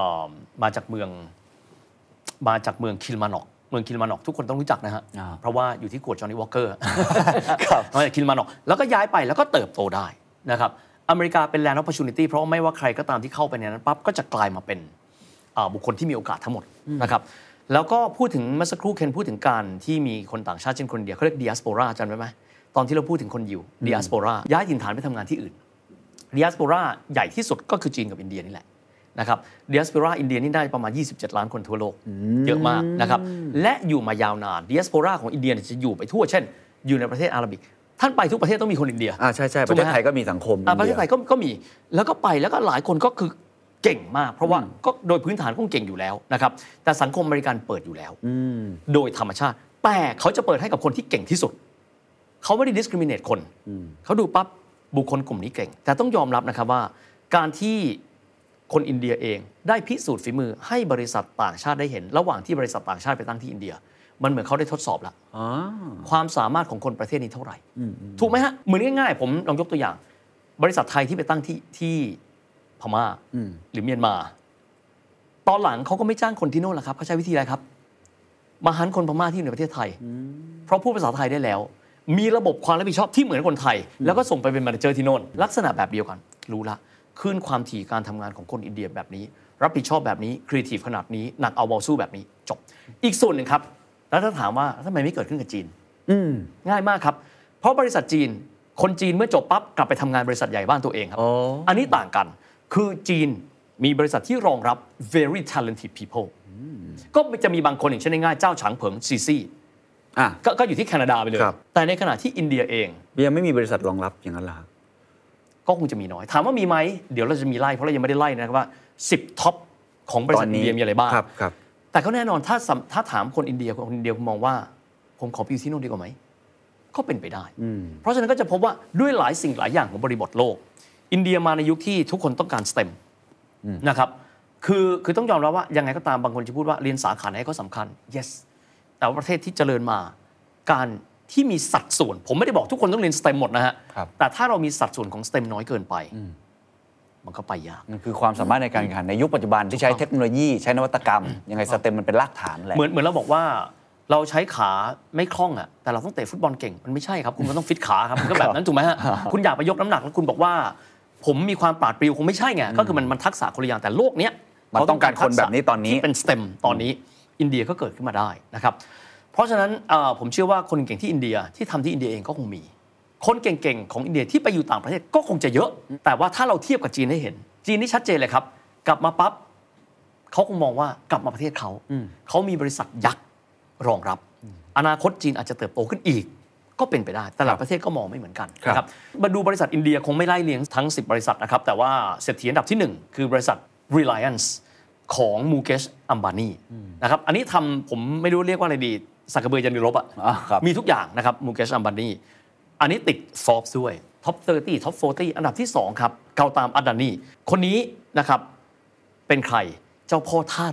องคิลมานอกทุกคนต้องรู้จักนะฮะเพราะว่าอยู่ที่กวดจอห์นนี่วอลเกอร์ครับมาจากคิลมานอกแล้วก็ย้ายไปแล้วก็เติบโตได้นะครับอเมริกาเป็น land of opportunity เพราะว่าไม่ว่าใครก็ตามที่เข้าไปในนั้นปั๊บก็จะกลายมาเป็นบุคคลที่มีโอกาสทั้งหมดนะครับแล้วก็พูดถึงเมื่อสักครู่เคนพูดถึงการที่มีคนต่างชาติเช่นคนอินเดียเขาเรียก diaspora จำได้ไหมตอนที่เราพูดถึงคนยิว diaspora ย้ายถิ่นฐานไปทำงานที่อื่น diaspora ใหญ่ที่สุดก็คือจีนกับอินเดียนี่แหละนะครับ diaspora อินเดียนี่ได้ประมาณ27ล้านคนทั่วโลกเยอะมากนะครับและอยู่มายาวนาน diaspora ของอินเดียจะอยู่ไปทั่วเช่นอยู่ในประเทศอาหรับิกท่านไปทุกประเทศต้องมีคนอินเดียใช่ๆประเทศไทยก็มีสังคมประเทศไทยก็มีแล้วก็ไปแล้วก็หลายคนก็คือเก่งมากเพราะว่าก็โดยพื้นฐานก็เก่งอยู่แล้วนะครับแต่สังคมอเมริกันเปิดอยู่แล้วโดยธรรมชาติแต่เขาจะเปิดให้กับคนที่เก่งที่สุดเขาไม่ได้ discriminate คนเขาดูปั๊บบุคคลกลุ่มนี้เก่งแต่ต้องยอมรับนะครับว่าการที่คนอินเดียเองได้พิสูจน์ฝีมือให้บริษัทต่างชาติได้เห็นระหว่างที่บริษัทต่างชาติไปตั้งที่อินเดียมันเหมือนเขาได้ทดสอบแล้วความสามารถของคนประเทศนี้เท่าไหร่ถูกไหมฮะเหมือนง่ายๆผมลองยกตัวอย่างบริษัทไทยที่ไปตั้งที่พม่าหรือเมียนมาตอนหลังเขาก็ไม่จ้างคนที่โน่นหรอกครับเขาใช้วิธีอะไรครับมาหันคนพม่าที่อยู่ในประเทศไทยเพราะพูดภาษาไทยได้แล้วมีระบบความรับผิดชอบที่เหมือนคนไทยแล้วก็ส่งไปเป็นแมเนเจอร์ที่โน่นลักษณะแบบเดียวกันรู้ละขึ้นความถี่การทำงานของคนอินเดียแบบนี้รับผิดชอบแบบนี้ครีเอทีฟขนาดนี้หนักเอาเบาสู้แบบนี้จบอีกส่วนหนึ่งครับแล้วถ้าถามว่าทำไมไม่เกิดขึ้นกับจีนง่ายมากครับเพราะบริษัทจีนคนจีนเมื่อจบปั๊บกลับไปทำงานบริษัทใหญ่บ้านตัวเองครับอันนี้ต่างกันคือจีนมีบริษัทที่รองรับ very talented people ก็จะมีบางคนอย่างเช่นง่ายๆเจ้าฉางเผิงซีซี่ก็อยู่ที่แคนาดาไปเลยแต่ในขณะที่อินเดียเองยังไม่มีบริษัทรองรับอย่างนั้นหรอก็คงจะมีน้อยถามว่ามีไหมเดี๋ยวเราจะมีไล่เพราะเรายังไม่ได้ไล่นะครับว่า10ท็อปของบริษัทอินเดียมีอะไรบ้างแต่ก็แน่นอนถ้าถามคนอินเดียมองว่าผมขอไปอยู่ที่โน่นดีกว่าไหมก็เป็นไปได้เพราะฉะนั้นก็จะพบว่าด้วยหลายสิ่งหลายอย่างของบริบทโลกอินเดียมาในยุคที่ทุกคนต้องการ STEM นะครับคือต้องยอมรับว่ายังไงก็ตามบางคนจะพูดว่าเรียนสาขาไหนก็สำคัญ yes แต่ว่าประเทศที่เจริญมาการที่มีสัดส่วนผมไม่ได้บอกทุกคนต้องเรียน STEM หมดนะฮะแต่ถ้าเรามีสัดส่วนของ STEM น้อยเกินไปมันก็ไปยากมันคือความสามารถในการแข่งขันในยุคปัจจุบันที่ใช้เทคโนโลยีใช้นวัตกรรมยังไง STEM มันเป็นรากฐานแหละเหมือนเราบอกว่าเราใช้ขาไม่คล่องอ่ะแต่เราต้องเตะฟุตบอลเก่งมันไม่ใช่ครับคุณก็ต้องฟิตขาครับมันก็แบบนั้นถูกไหมฮะคุณอยากไปยกน้ำหนักแล้วคุณบอกว่าผมมีความปราดเปรียวคงไม่ใช่ไงก็คือมันทักษะคนละอย่างแต่โลกเนี้ยมันต้องการคนแบบนี้ตอนนี้ที่เป็น STEM ตอนนี้อินเดียก็เกิดขึ้นมาได้นะครับเพราะฉะนั้นผมเชื่อว่าคนเก่งที่อินเดียที่ทำที่อินเดียเองก็คงมีคนเก่งๆของอินเดียที่ไปอยู่ต่างประเทศก็คงจะเยอะแต่ว่าถ้าเราเทียบกับจีนให้เห็นจีนนี่ชัดเจนเลยครับกลับมาปั๊บเขาคงมองว่ากลับมาประเทศเขามีบริษัทยักษ์รองรับอนาคตจีนอาจจะเติบโตขึ้นอีกก็เป็นไปได้แต่ละประเทศก็มองไม่เหมือนกันนะครับมาดูบริษัทอินเดียคงไม่ไล่เรียงทั้ง10บริษัทนะครับแต่ว่าเศรษฐีอันดับที่1คือบริษัท Reliance ของมูเกชอัมบานีนะครับอันนี้ทำผมไม่รู้เรียกว่าอะไรดีสักกระเบือยันรบอ่ะมีทุกอย่างนะครับมูเกชอัมบานีอันนี้ติด Forbes ด้วยท็อป30ท็อป40อันดับที่2ครับเกาตามอัดดานีคนนี้นะครับเป็นใครเจ้าพ่อท่าเรือ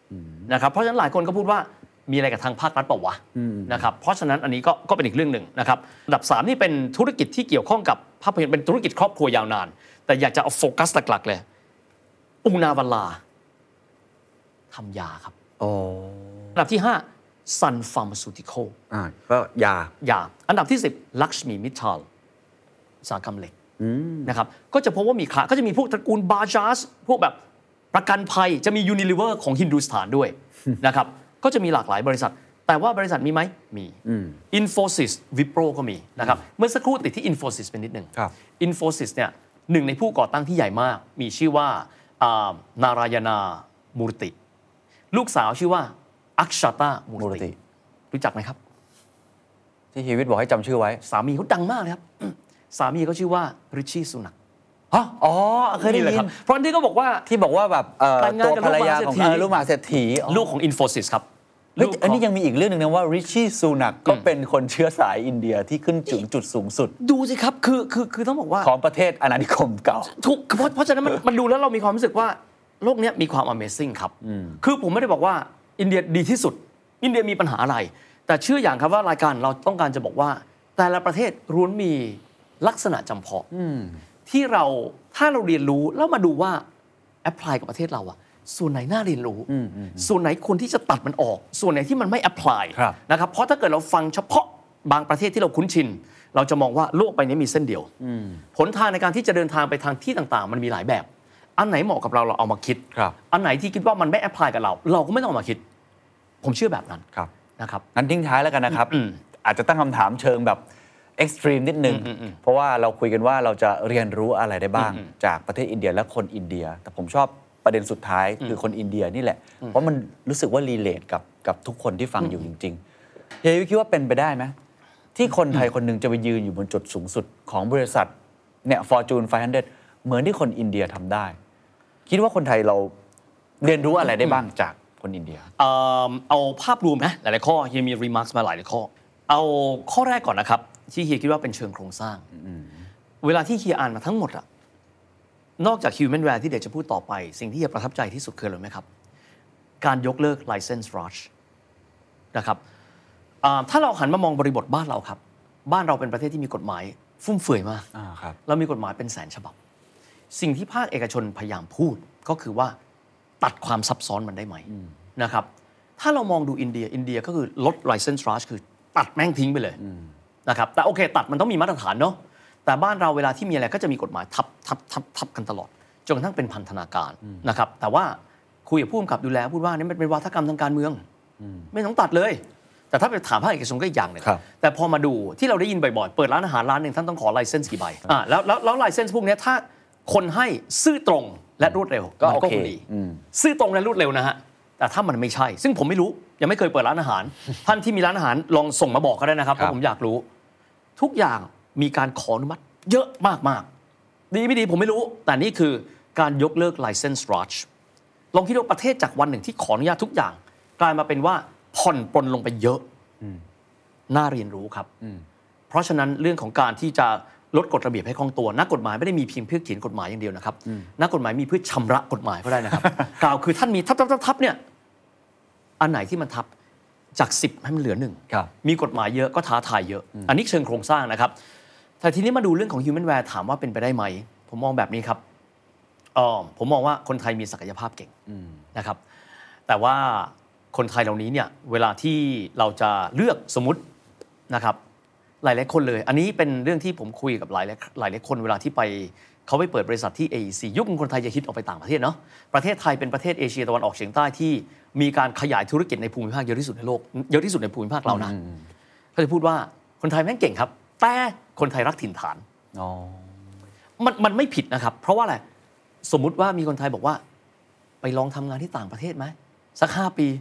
นะครับเพราะฉะนั้นหลายคนก็พูดว่ามีอะไรกับทางภาครัฐเปล่าวะนะครับเพราะฉะนั้นอันนี้ก็เป็นอีกเรื่องหนึ่งนะครับอันดับ3นี่เป็นธุรกิจที่เกี่ยวข้องกับภาพยนตร์เป็นธุรกิจครอบครัวยาวนานแต่อยากจะเอาโฟกัสหลักๆเลยอุนาวัลลาทำยาครับอันดับที่5 Sun Pharmaceutical ก็ยาอันดับที่10 Lakshmi Mittal อุตสาหกรรมเหล็กนะครับก็จะพบว่ามีก็จะมีพวกตระกูลบาจาสพวกแบบประกันภัยจะมี Unilever ของฮินดูสถานด้วย นะครับก็จะมีหลากหลายบริษัทแต่ว่าบริษัทมีไหมมี Infosys Wipro ก็มีนะครับเมื่อสักครู่ติดที่ Infosys เป็นนิดหนึ่ง Infosys เนี่ยหนึ่งในผู้ก่อตั้งที่ใหญ่มากมีชื่อว่านารายณามูรติลูกสาวชื่อว่าอักชาตามูรติรู้จักไหมครับที่ฮีวิตบอกให้จำชื่อไว้สามีเขาดังมากเลยครับ สามีเขาชื่อว่าริชี่สุนักเคยได้ยินเพราะที่เขาบอกว่าแบบตัวภรรยาของลูกมหาเศรษฐีลูกของ Infosys ครับอันนี้ยังมีอีกเรื่องนึงนะว่าริชี่ซูนักก็เป็นคนเชื้อสายอินเดียที่ขึ้นถึงจุดสูงสุดดูสิครับคือต้องบอกว่าของประเทศอาณานิคมเก่าถูกเพราะฉะนั้นมันดูแล้วเรามีความรู้สึกว่าโลกนี้มีความ Amazing ครับคือผมไม่ได้บอกว่าอินเดียดีที่สุดอินเดียมีปัญหาอะไรแต่เชื่ออย่างครับว่ารายการเราต้องการจะบอกว่าแต่ละประเทศล้วนมีลักษณะจำเพาะที่ถ้าเราเรียนรู้แล้วมาดูว่าแอพพลายกับประเทศเราอะส่วนไหนน่าเรียนรู้ส่วนไหนควรที่จะตัดมันออกส่วนไหนที่มันไม่แอพพลายนะครับเพราะถ้าเกิดเราฟังเฉพาะบางประเทศที่เราคุ้นชินเราจะมองว่าโลกใบนี้มีเส้นเดียวหนทางในการที่จะเดินทางไปทางที่ต่างๆมันมีหลายแบบอันไหนเหมาะกับเราเอามาคิดอันไหนที่คิดว่ามันไม่แอพพลายกับเราก็ไม่ต้องเอามาคิดผมเชื่อแบบนั้นนะครับงั้นทิ้งท้ายแล้วกันนะครับอาจจะตั้งคำถามเชิงแบบเอ็กซ์ตรีมนิดนึงเพราะว่าเราคุยกันว่าเราจะเรียนรู้อะไรได้บ้างจากประเทศอินเดียและคนอินเดียแต่ผมชอบประเด็นสุดท้ายคือคนอินเดียนี่แหละเพราะมันรู้สึกว่ารีเลทกับทุกคนที่ฟังอยู่จริงๆเฮียคิดว่าเป็นไปได้ไหมที่คนไทยคนหนึ่งจะไปยืนอยู่บนจุดสูงสุดของบริษัทเนี่ย Fortune 500เหมือนที่คนอินเดียทำได้คิดว่าคนไทยเราเรียนรู้อะไรได้บ้างจากคนอินเดียเอาภาพรวมนะหลายๆข้อเฮียมีรีมาร์คมาหลายข้อเอาข้อแรกก่อนนะครับที่เฮียคิดว่าเป็นเชิงโครงสร้างเวลาที่เฮียอ่านมาทั้งหมดอะนอกจาก Human Wear ที่เดี๋ยวจะพูดต่อไปสิ่งที่เฮียประทับใจที่สุดคืออะไรไหมครับการยกเลิก License Rush นะครับถ้าเราหันมามองบริบทบ้านเราครับบ้านเราเป็นประเทศที่มีกฎหมายฟุ่มเฟือยมากเรามีกฎหมายเป็นแสนฉบับสิ่งที่ภาคเอกชนพยายามพูดก็คือว่าตัดความซับซ้อนมันได้ไหมนะครับถ้าเรามองดูอินเดียก็คือลด License Rush คือตัดแม่งทิ้งไปเลยนะครับแต่โอเคตัดมันต้องมีมาตรฐานเนาะแต่บ้านเราเวลาที่มีอะไรก็จะมีกฎหมายทับกันตลอดจนกระทั่งเป็นพันธนาการนะครับแต่ว่าคุยกับผู้กำกับดูแลพูดว่านี่มันเป็นวาทกรรมทางการเมืองไม่ต้องตัดเลยแต่ถ้าไปถามภาคเอกชนก็อีกอย่างนึงแต่พอมาดูที่เราได้ยินบ่อยๆเปิดร้านอาหารร้านนึงท่านต้องขอไลเซนส์กี่ใบแล้วไลเซนส์พวกนี้ถ้าคนให้ซื่อตรงและรวดเร็วก็โอเคซื่อตรงและรวดเร็วนะฮะแต่ถ้ามันไม่ใช่ซึ่งผมไม่รู้ยังไม่เคยเปิดร้านอาหารท่านที่มีร้านอาหารลองส่งมาบอกก็ได้นะครับเพราะผมอยากรู้ทุกอย่างมีการขออนุมัติเยอะมากๆดีไม่ดีผมไม่รู้แต่นี่คือการยกเลิก License Rush ลองคิดว่าประเทศจากวันหนึ่งที่ขออนุญาตทุกอย่างกลายมาเป็นว่าผ่อนปลนลงไปเยอะน่าเรียนรู้ครับเพราะฉะนั้นเรื่องของการที่จะลดกฎระเบียบให้คล่องตัวนักกฎหมายไม่ได้มีเพียงเพื่อเขียนกฎหมายอย่างเดียวนะครับนักกฎหมายมีเพื่อชำระกฎหมายก็ได้นะครับ กล่าวคือท่านมีทับเนี่ยอันไหนที่มันทับจาก10ให้มันเหลือ1มีกฎหมายเยอะก็ท้าทายเยอะอันนี้เชิงโครงสร้างนะครับแต่ทีนี้มาดูเรื่องของ Human Wear ถามว่าเป็นไปได้ไหมผมมองแบบนี้ครับผมมองว่าคนไทยมีศักยภาพเก่งนะครับแต่ว่าคนไทยเหล่านี้เนี่ยเวลาที่เราจะเลือกสมมตินะครับหลายๆคนเลยอันนี้เป็นเรื่องที่ผมคุยกับหลายคนเวลาที่เขาไปเปิดบริษัทที่ AEC ยุคคนไทยจะฮิตออกไปต่างประเทศเนาะประเทศไทยเป็นประเทศเอเชียตะวันออกเฉียงใต้ที่มีการขยายธุรกิจในภูมิภาคเยอะที่สุดในโลกเยอะที่สุดในภูมิภาคเรานะเขาจะพูดว่าคนไทยแม่งเก่งครับแต่คนไทยรักถิ่นฐานมันไม่ผิดนะครับเพราะว่าอะไรสมมุติว่ามีคนไทยบอกว่าไปลองทำงานที่ต่างประเทศไหมสัก5 ปี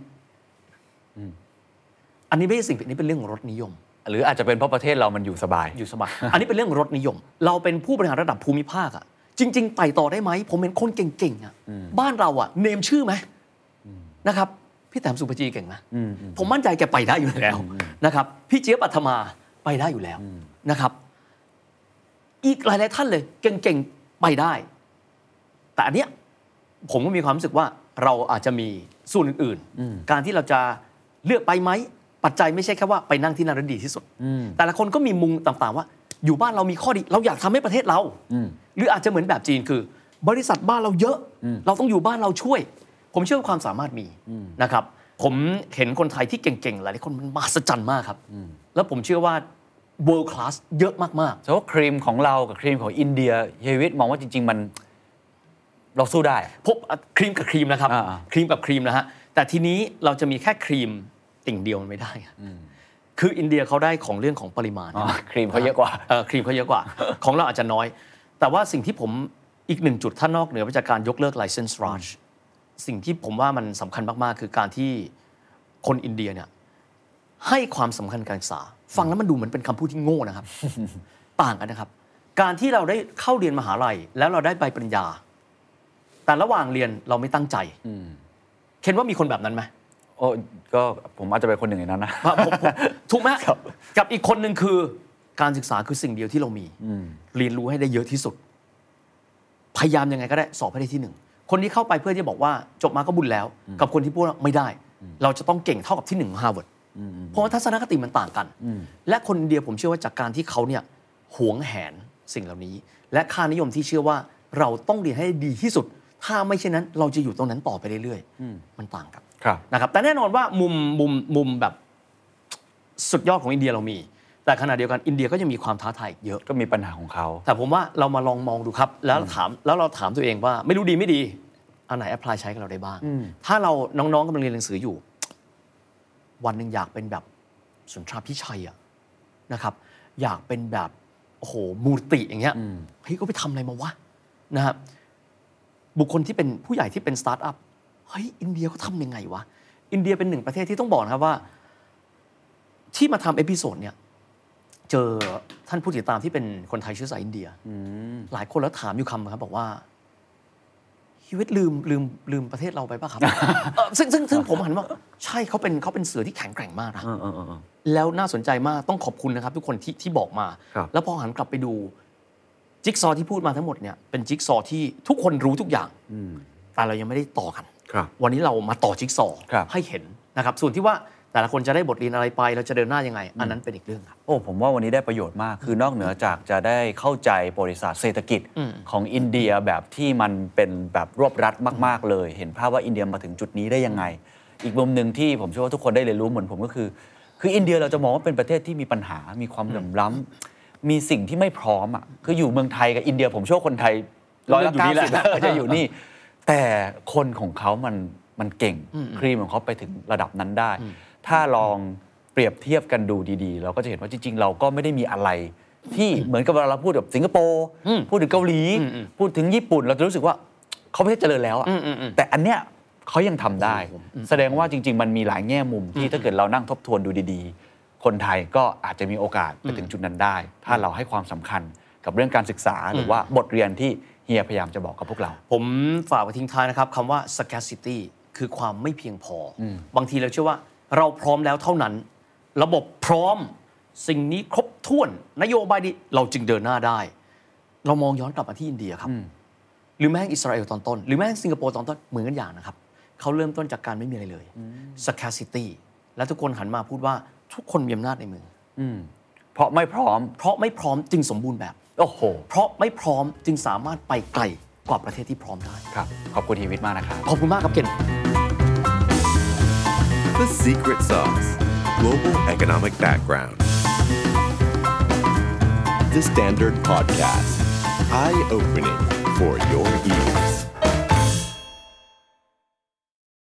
อันนี้ไม่ใช่สิ่งผิดนี่เป็นเรื่องของรสนิยมหรืออาจจะเป็นเพราะประเทศเรามันอยู่สบายอันนี้เป็นเรื่องของรสนิยมเราเป็นผู้บริหารระดับภูมิภาคอะจริงๆไต่ต่อได้ไหมผมเป็นคนเก่งๆอะบ้านเราอะเนมชื่อไหมนะครับพี่แต้มสุภจีเก่งไหมผมมั่นใจแกไปได้อยู่แล้วนะครับพี่เจี๊ยบอัธมาไปได้อยู่แล้วนะครับอีกหลายๆท่านเลยเก่งๆไปได้แต่อันเนี้ยผมก็มีความรู้สึกว่าเราอาจจะมีส่วนอื่นๆการที่เราจะเลือกไปไหมปัจจัยไม่ใช่แค่ว่าไปนั่งที่นั่นแล้วดีที่สุดแต่ละคนก็มีมุมต่างๆว่าอยู่บ้านเรามีข้อดีเราอยากทำให้ประเทศเราหรืออาจจะเหมือนแบบจีนคือบริษัทบ้านเราเยอะเราต้องอยู่บ้านเราช่วยผมเชื่อว่าความสามารถมีนะครับผมเห็นคนไทยที่เก่งๆหลายคนมันมหัศจรรย์มากครับแล้วผมเชื่อว่า world class เยอะมากๆแต่ว่าครีมของเรากับครีมของอินเดียเฮียวิทย์มองว่าจริงๆมันเราสู้ได้พบครีมกับครีมนะครับครีมกับครีมนะฮะแต่ทีนี้เราจะมีแค่ครีมติ่งเดียวมันไม่ได้คืออินเดียเขาได้ของเรื่องของปริมาณครีมเขาเยอะกว่าครีมเขาเยอะกว่าของเราอาจจะน้อยแต่ว่าสิ่งที่ผมอีกหนึ่งจุดถ้านอกเหนือไปจากการยกเลิก license Raj สิ่งที่ผมว่ามันสำคัญมากๆคือการที่คนอินเดียเนี่ยให้ความสำคัญการศึกษาฟังแล้วมันดูเหมือนเป็นคำพูดที่โง่นะครับ ต่างกันนะครับการที่เราได้เข้าเรียนมหาลัยแล้วเราได้ใบปริญญาแต่ระหว่างเรียนเราไม่ตั้งใจเคนว่ามีคนแบบนั้นไหมโอ้ก็ผมอาจจะเป็นคนหนึ่งในนั้นนะถูกไหมกับอีกคนหนึ่งคือการศึกษาคือสิ่งเดียวที่เรามีเรียนรู้ให้ได้เยอะที่สุดพยายามยังไงก็ได้สอบให้ได้ที่หนึ่งคนที่เข้าไปเพื่อที่บอกว่าจบมาก็บุญแล้วกับคนที่พูดว่าไม่ได้เราจะต้องเก่งเท่ากับที่หนึ่งฮาร์วาร์ดเพราะว่าทัศนคติมันต่างกันและคนอินเดียผมเชื่อว่าจากการที่เขาเนี่ยหวงแหนสิ่งเหล่านี้และค่านิยมที่เชื่อว่าเราต้องเรียนให้ดีที่สุดถ้าไม่เช่นนั้นเราจะอยู่ตรงนั้นต่อไปเรื่อยๆมันต่างกันนะครับแต่แน่นอนว่ามุมแบบสุดยอดของอินเดียเรามีแต่ขณะเดียวกันอินเดียก็ยังมีความท้าทายเยอะก็มีปัญหาของเขาแต่ผมว่าเรามาลองมองดูครับแล้วเราถามตัวเองว่าไม่รู้ดีไม่ดีอันไหนแอพพลายใช้กับเราได้บ้างถ้าเราน้องๆกำลังเรียนหนังสืออยู่วันหนึ่งอยากเป็นแบบสุนทรพิชัยอะนะครับอยากเป็นแบบโอ้โหมูติอย่างเงี้ยเฮ้ยก็ไปทำอะไรมาวะนะครับบุคคลที่เป็นผู้ใหญ่ที่เป็นสตาร์ทอัพเฮ้ยอินเดียเขาทำยังไงวะอินเดียเป็นหนึ่งประเทศที่ต้องบอกนะครับว่าที่มาทำเอพิโซดเนี่ยเจอท่านผู้ติดตามที่เป็นคนไทยเชื้อสายอินเดียหลายคนแล้วถามอยู่คำครับบอกว่าชีวิตลืมประเทศเราไปป่ะครับ ซึ่งผมหันว่าใช่เขาเป็นเสือที่แข็งแกร่งมากนะแล้วน่าสนใจมากต้องขอบคุณนะครับทุกคนที่บอกมาแล้วพอหันกลับไปดูจิ๊กซอที่พูดมาทั้งหมดเนี่ยเป็นจิ๊กซอที่ทุกคนรู้ทุกอย่างแต่เรายังไม่ได้ต่อกันวันนี้เรามาต่อจิ๊กซอให้เห็นนะครับส่วนที่ว่าแต่ละคนจะได้บทเรียนอะไรไปเราจะเดินหน้ายังไงอันนั้นเป็นอีกเรื่องครับโอ้ผมว่าวันนี้ได้ประโยชน์มากคือนอกเหนือจากจะได้เข้าใจบริษัทเศรษฐกิจของอินเดียแบบที่มันเป็นแบบรวบรัดมากๆเลยเห็นภาพว่าอินเดียมาถึงจุดนี้ได้ยังไงอีกมุมนึงที่ผมเชื่อว่าทุกคนได้เรียนรู้เหมือนผมก็คืออินเดียเราจะมองว่าเป็นประเทศที่มีปัญหามีความเหลื่อมล้ำมีสิ่งที่ไม่พร้อมอ่ะคืออยู่เมืองไทยกับอินเดียผมเชื่อคนไทย190%ก็จะอยู่นี่แต่คนของเขามันเก่งครีมของเขาไปถึงระดับนั้นได้ถ้าลองเปรียบเทียบกันดูดีๆเราก็จะเห็นว่าจริงๆเราก็ไม่ได้มีอะไรที่เหมือนกับเวลาเราพูดกับสิงคโปร์พูดถึงเกาหลีพูดถึงญี่ปุ่นเราจะรู้สึกว่าเขาประเทศเจริญแล้วอ่ะแต่อันเนี้ยเขายังทำได้แสดงว่าจริงๆมันมีหลายแง่มุมที่ถ้าเกิดเรานั่งทบทวนดูดีๆคนไทยก็อาจจะมีโอกาสไปถึงจุดนั้นได้ถ้าเราให้ความสำคัญกับเรื่องการศึกษาหรือว่าบทเรียนที่เฮียพยายามจะบอกกับพวกเราผมฝากไว้ทิ้งท้ายนะครับคำว่า scarcity คือความไม่เพียงพอบางทีเราเชื่อว่าเราพร้อมแล้วเท่านั้นระบบพร้อมสิ่งนี้ครบถ้วนนโยบายดีเราจึงเดินหน้าได้เรามองย้อนกลับมาที่อินเดียครับหรือแม้อิสราเอลตอนต้นหรือแม้สิงคโปร์ตอนต้นเหมือนกันอย่างนะครับเขาเริ่มต้นจากการไม่มีอะไรเลย scarcity และทุกคนหันมาพูดว่าทุกคนมีอำนาจในมือเพราะไม่พร้อมจึงสมบูรณ์แบบโอ้โหเพราะไม่พร้อมจึงสามารถไปไกลกว่าประเทศที่พร้อมได้ครับขอบคุณทีวิทย์มากนะครับขอบคุณมากครับเคน The Secret Sauce Global Economic Background The Standard Podcast Eye-opening for your ears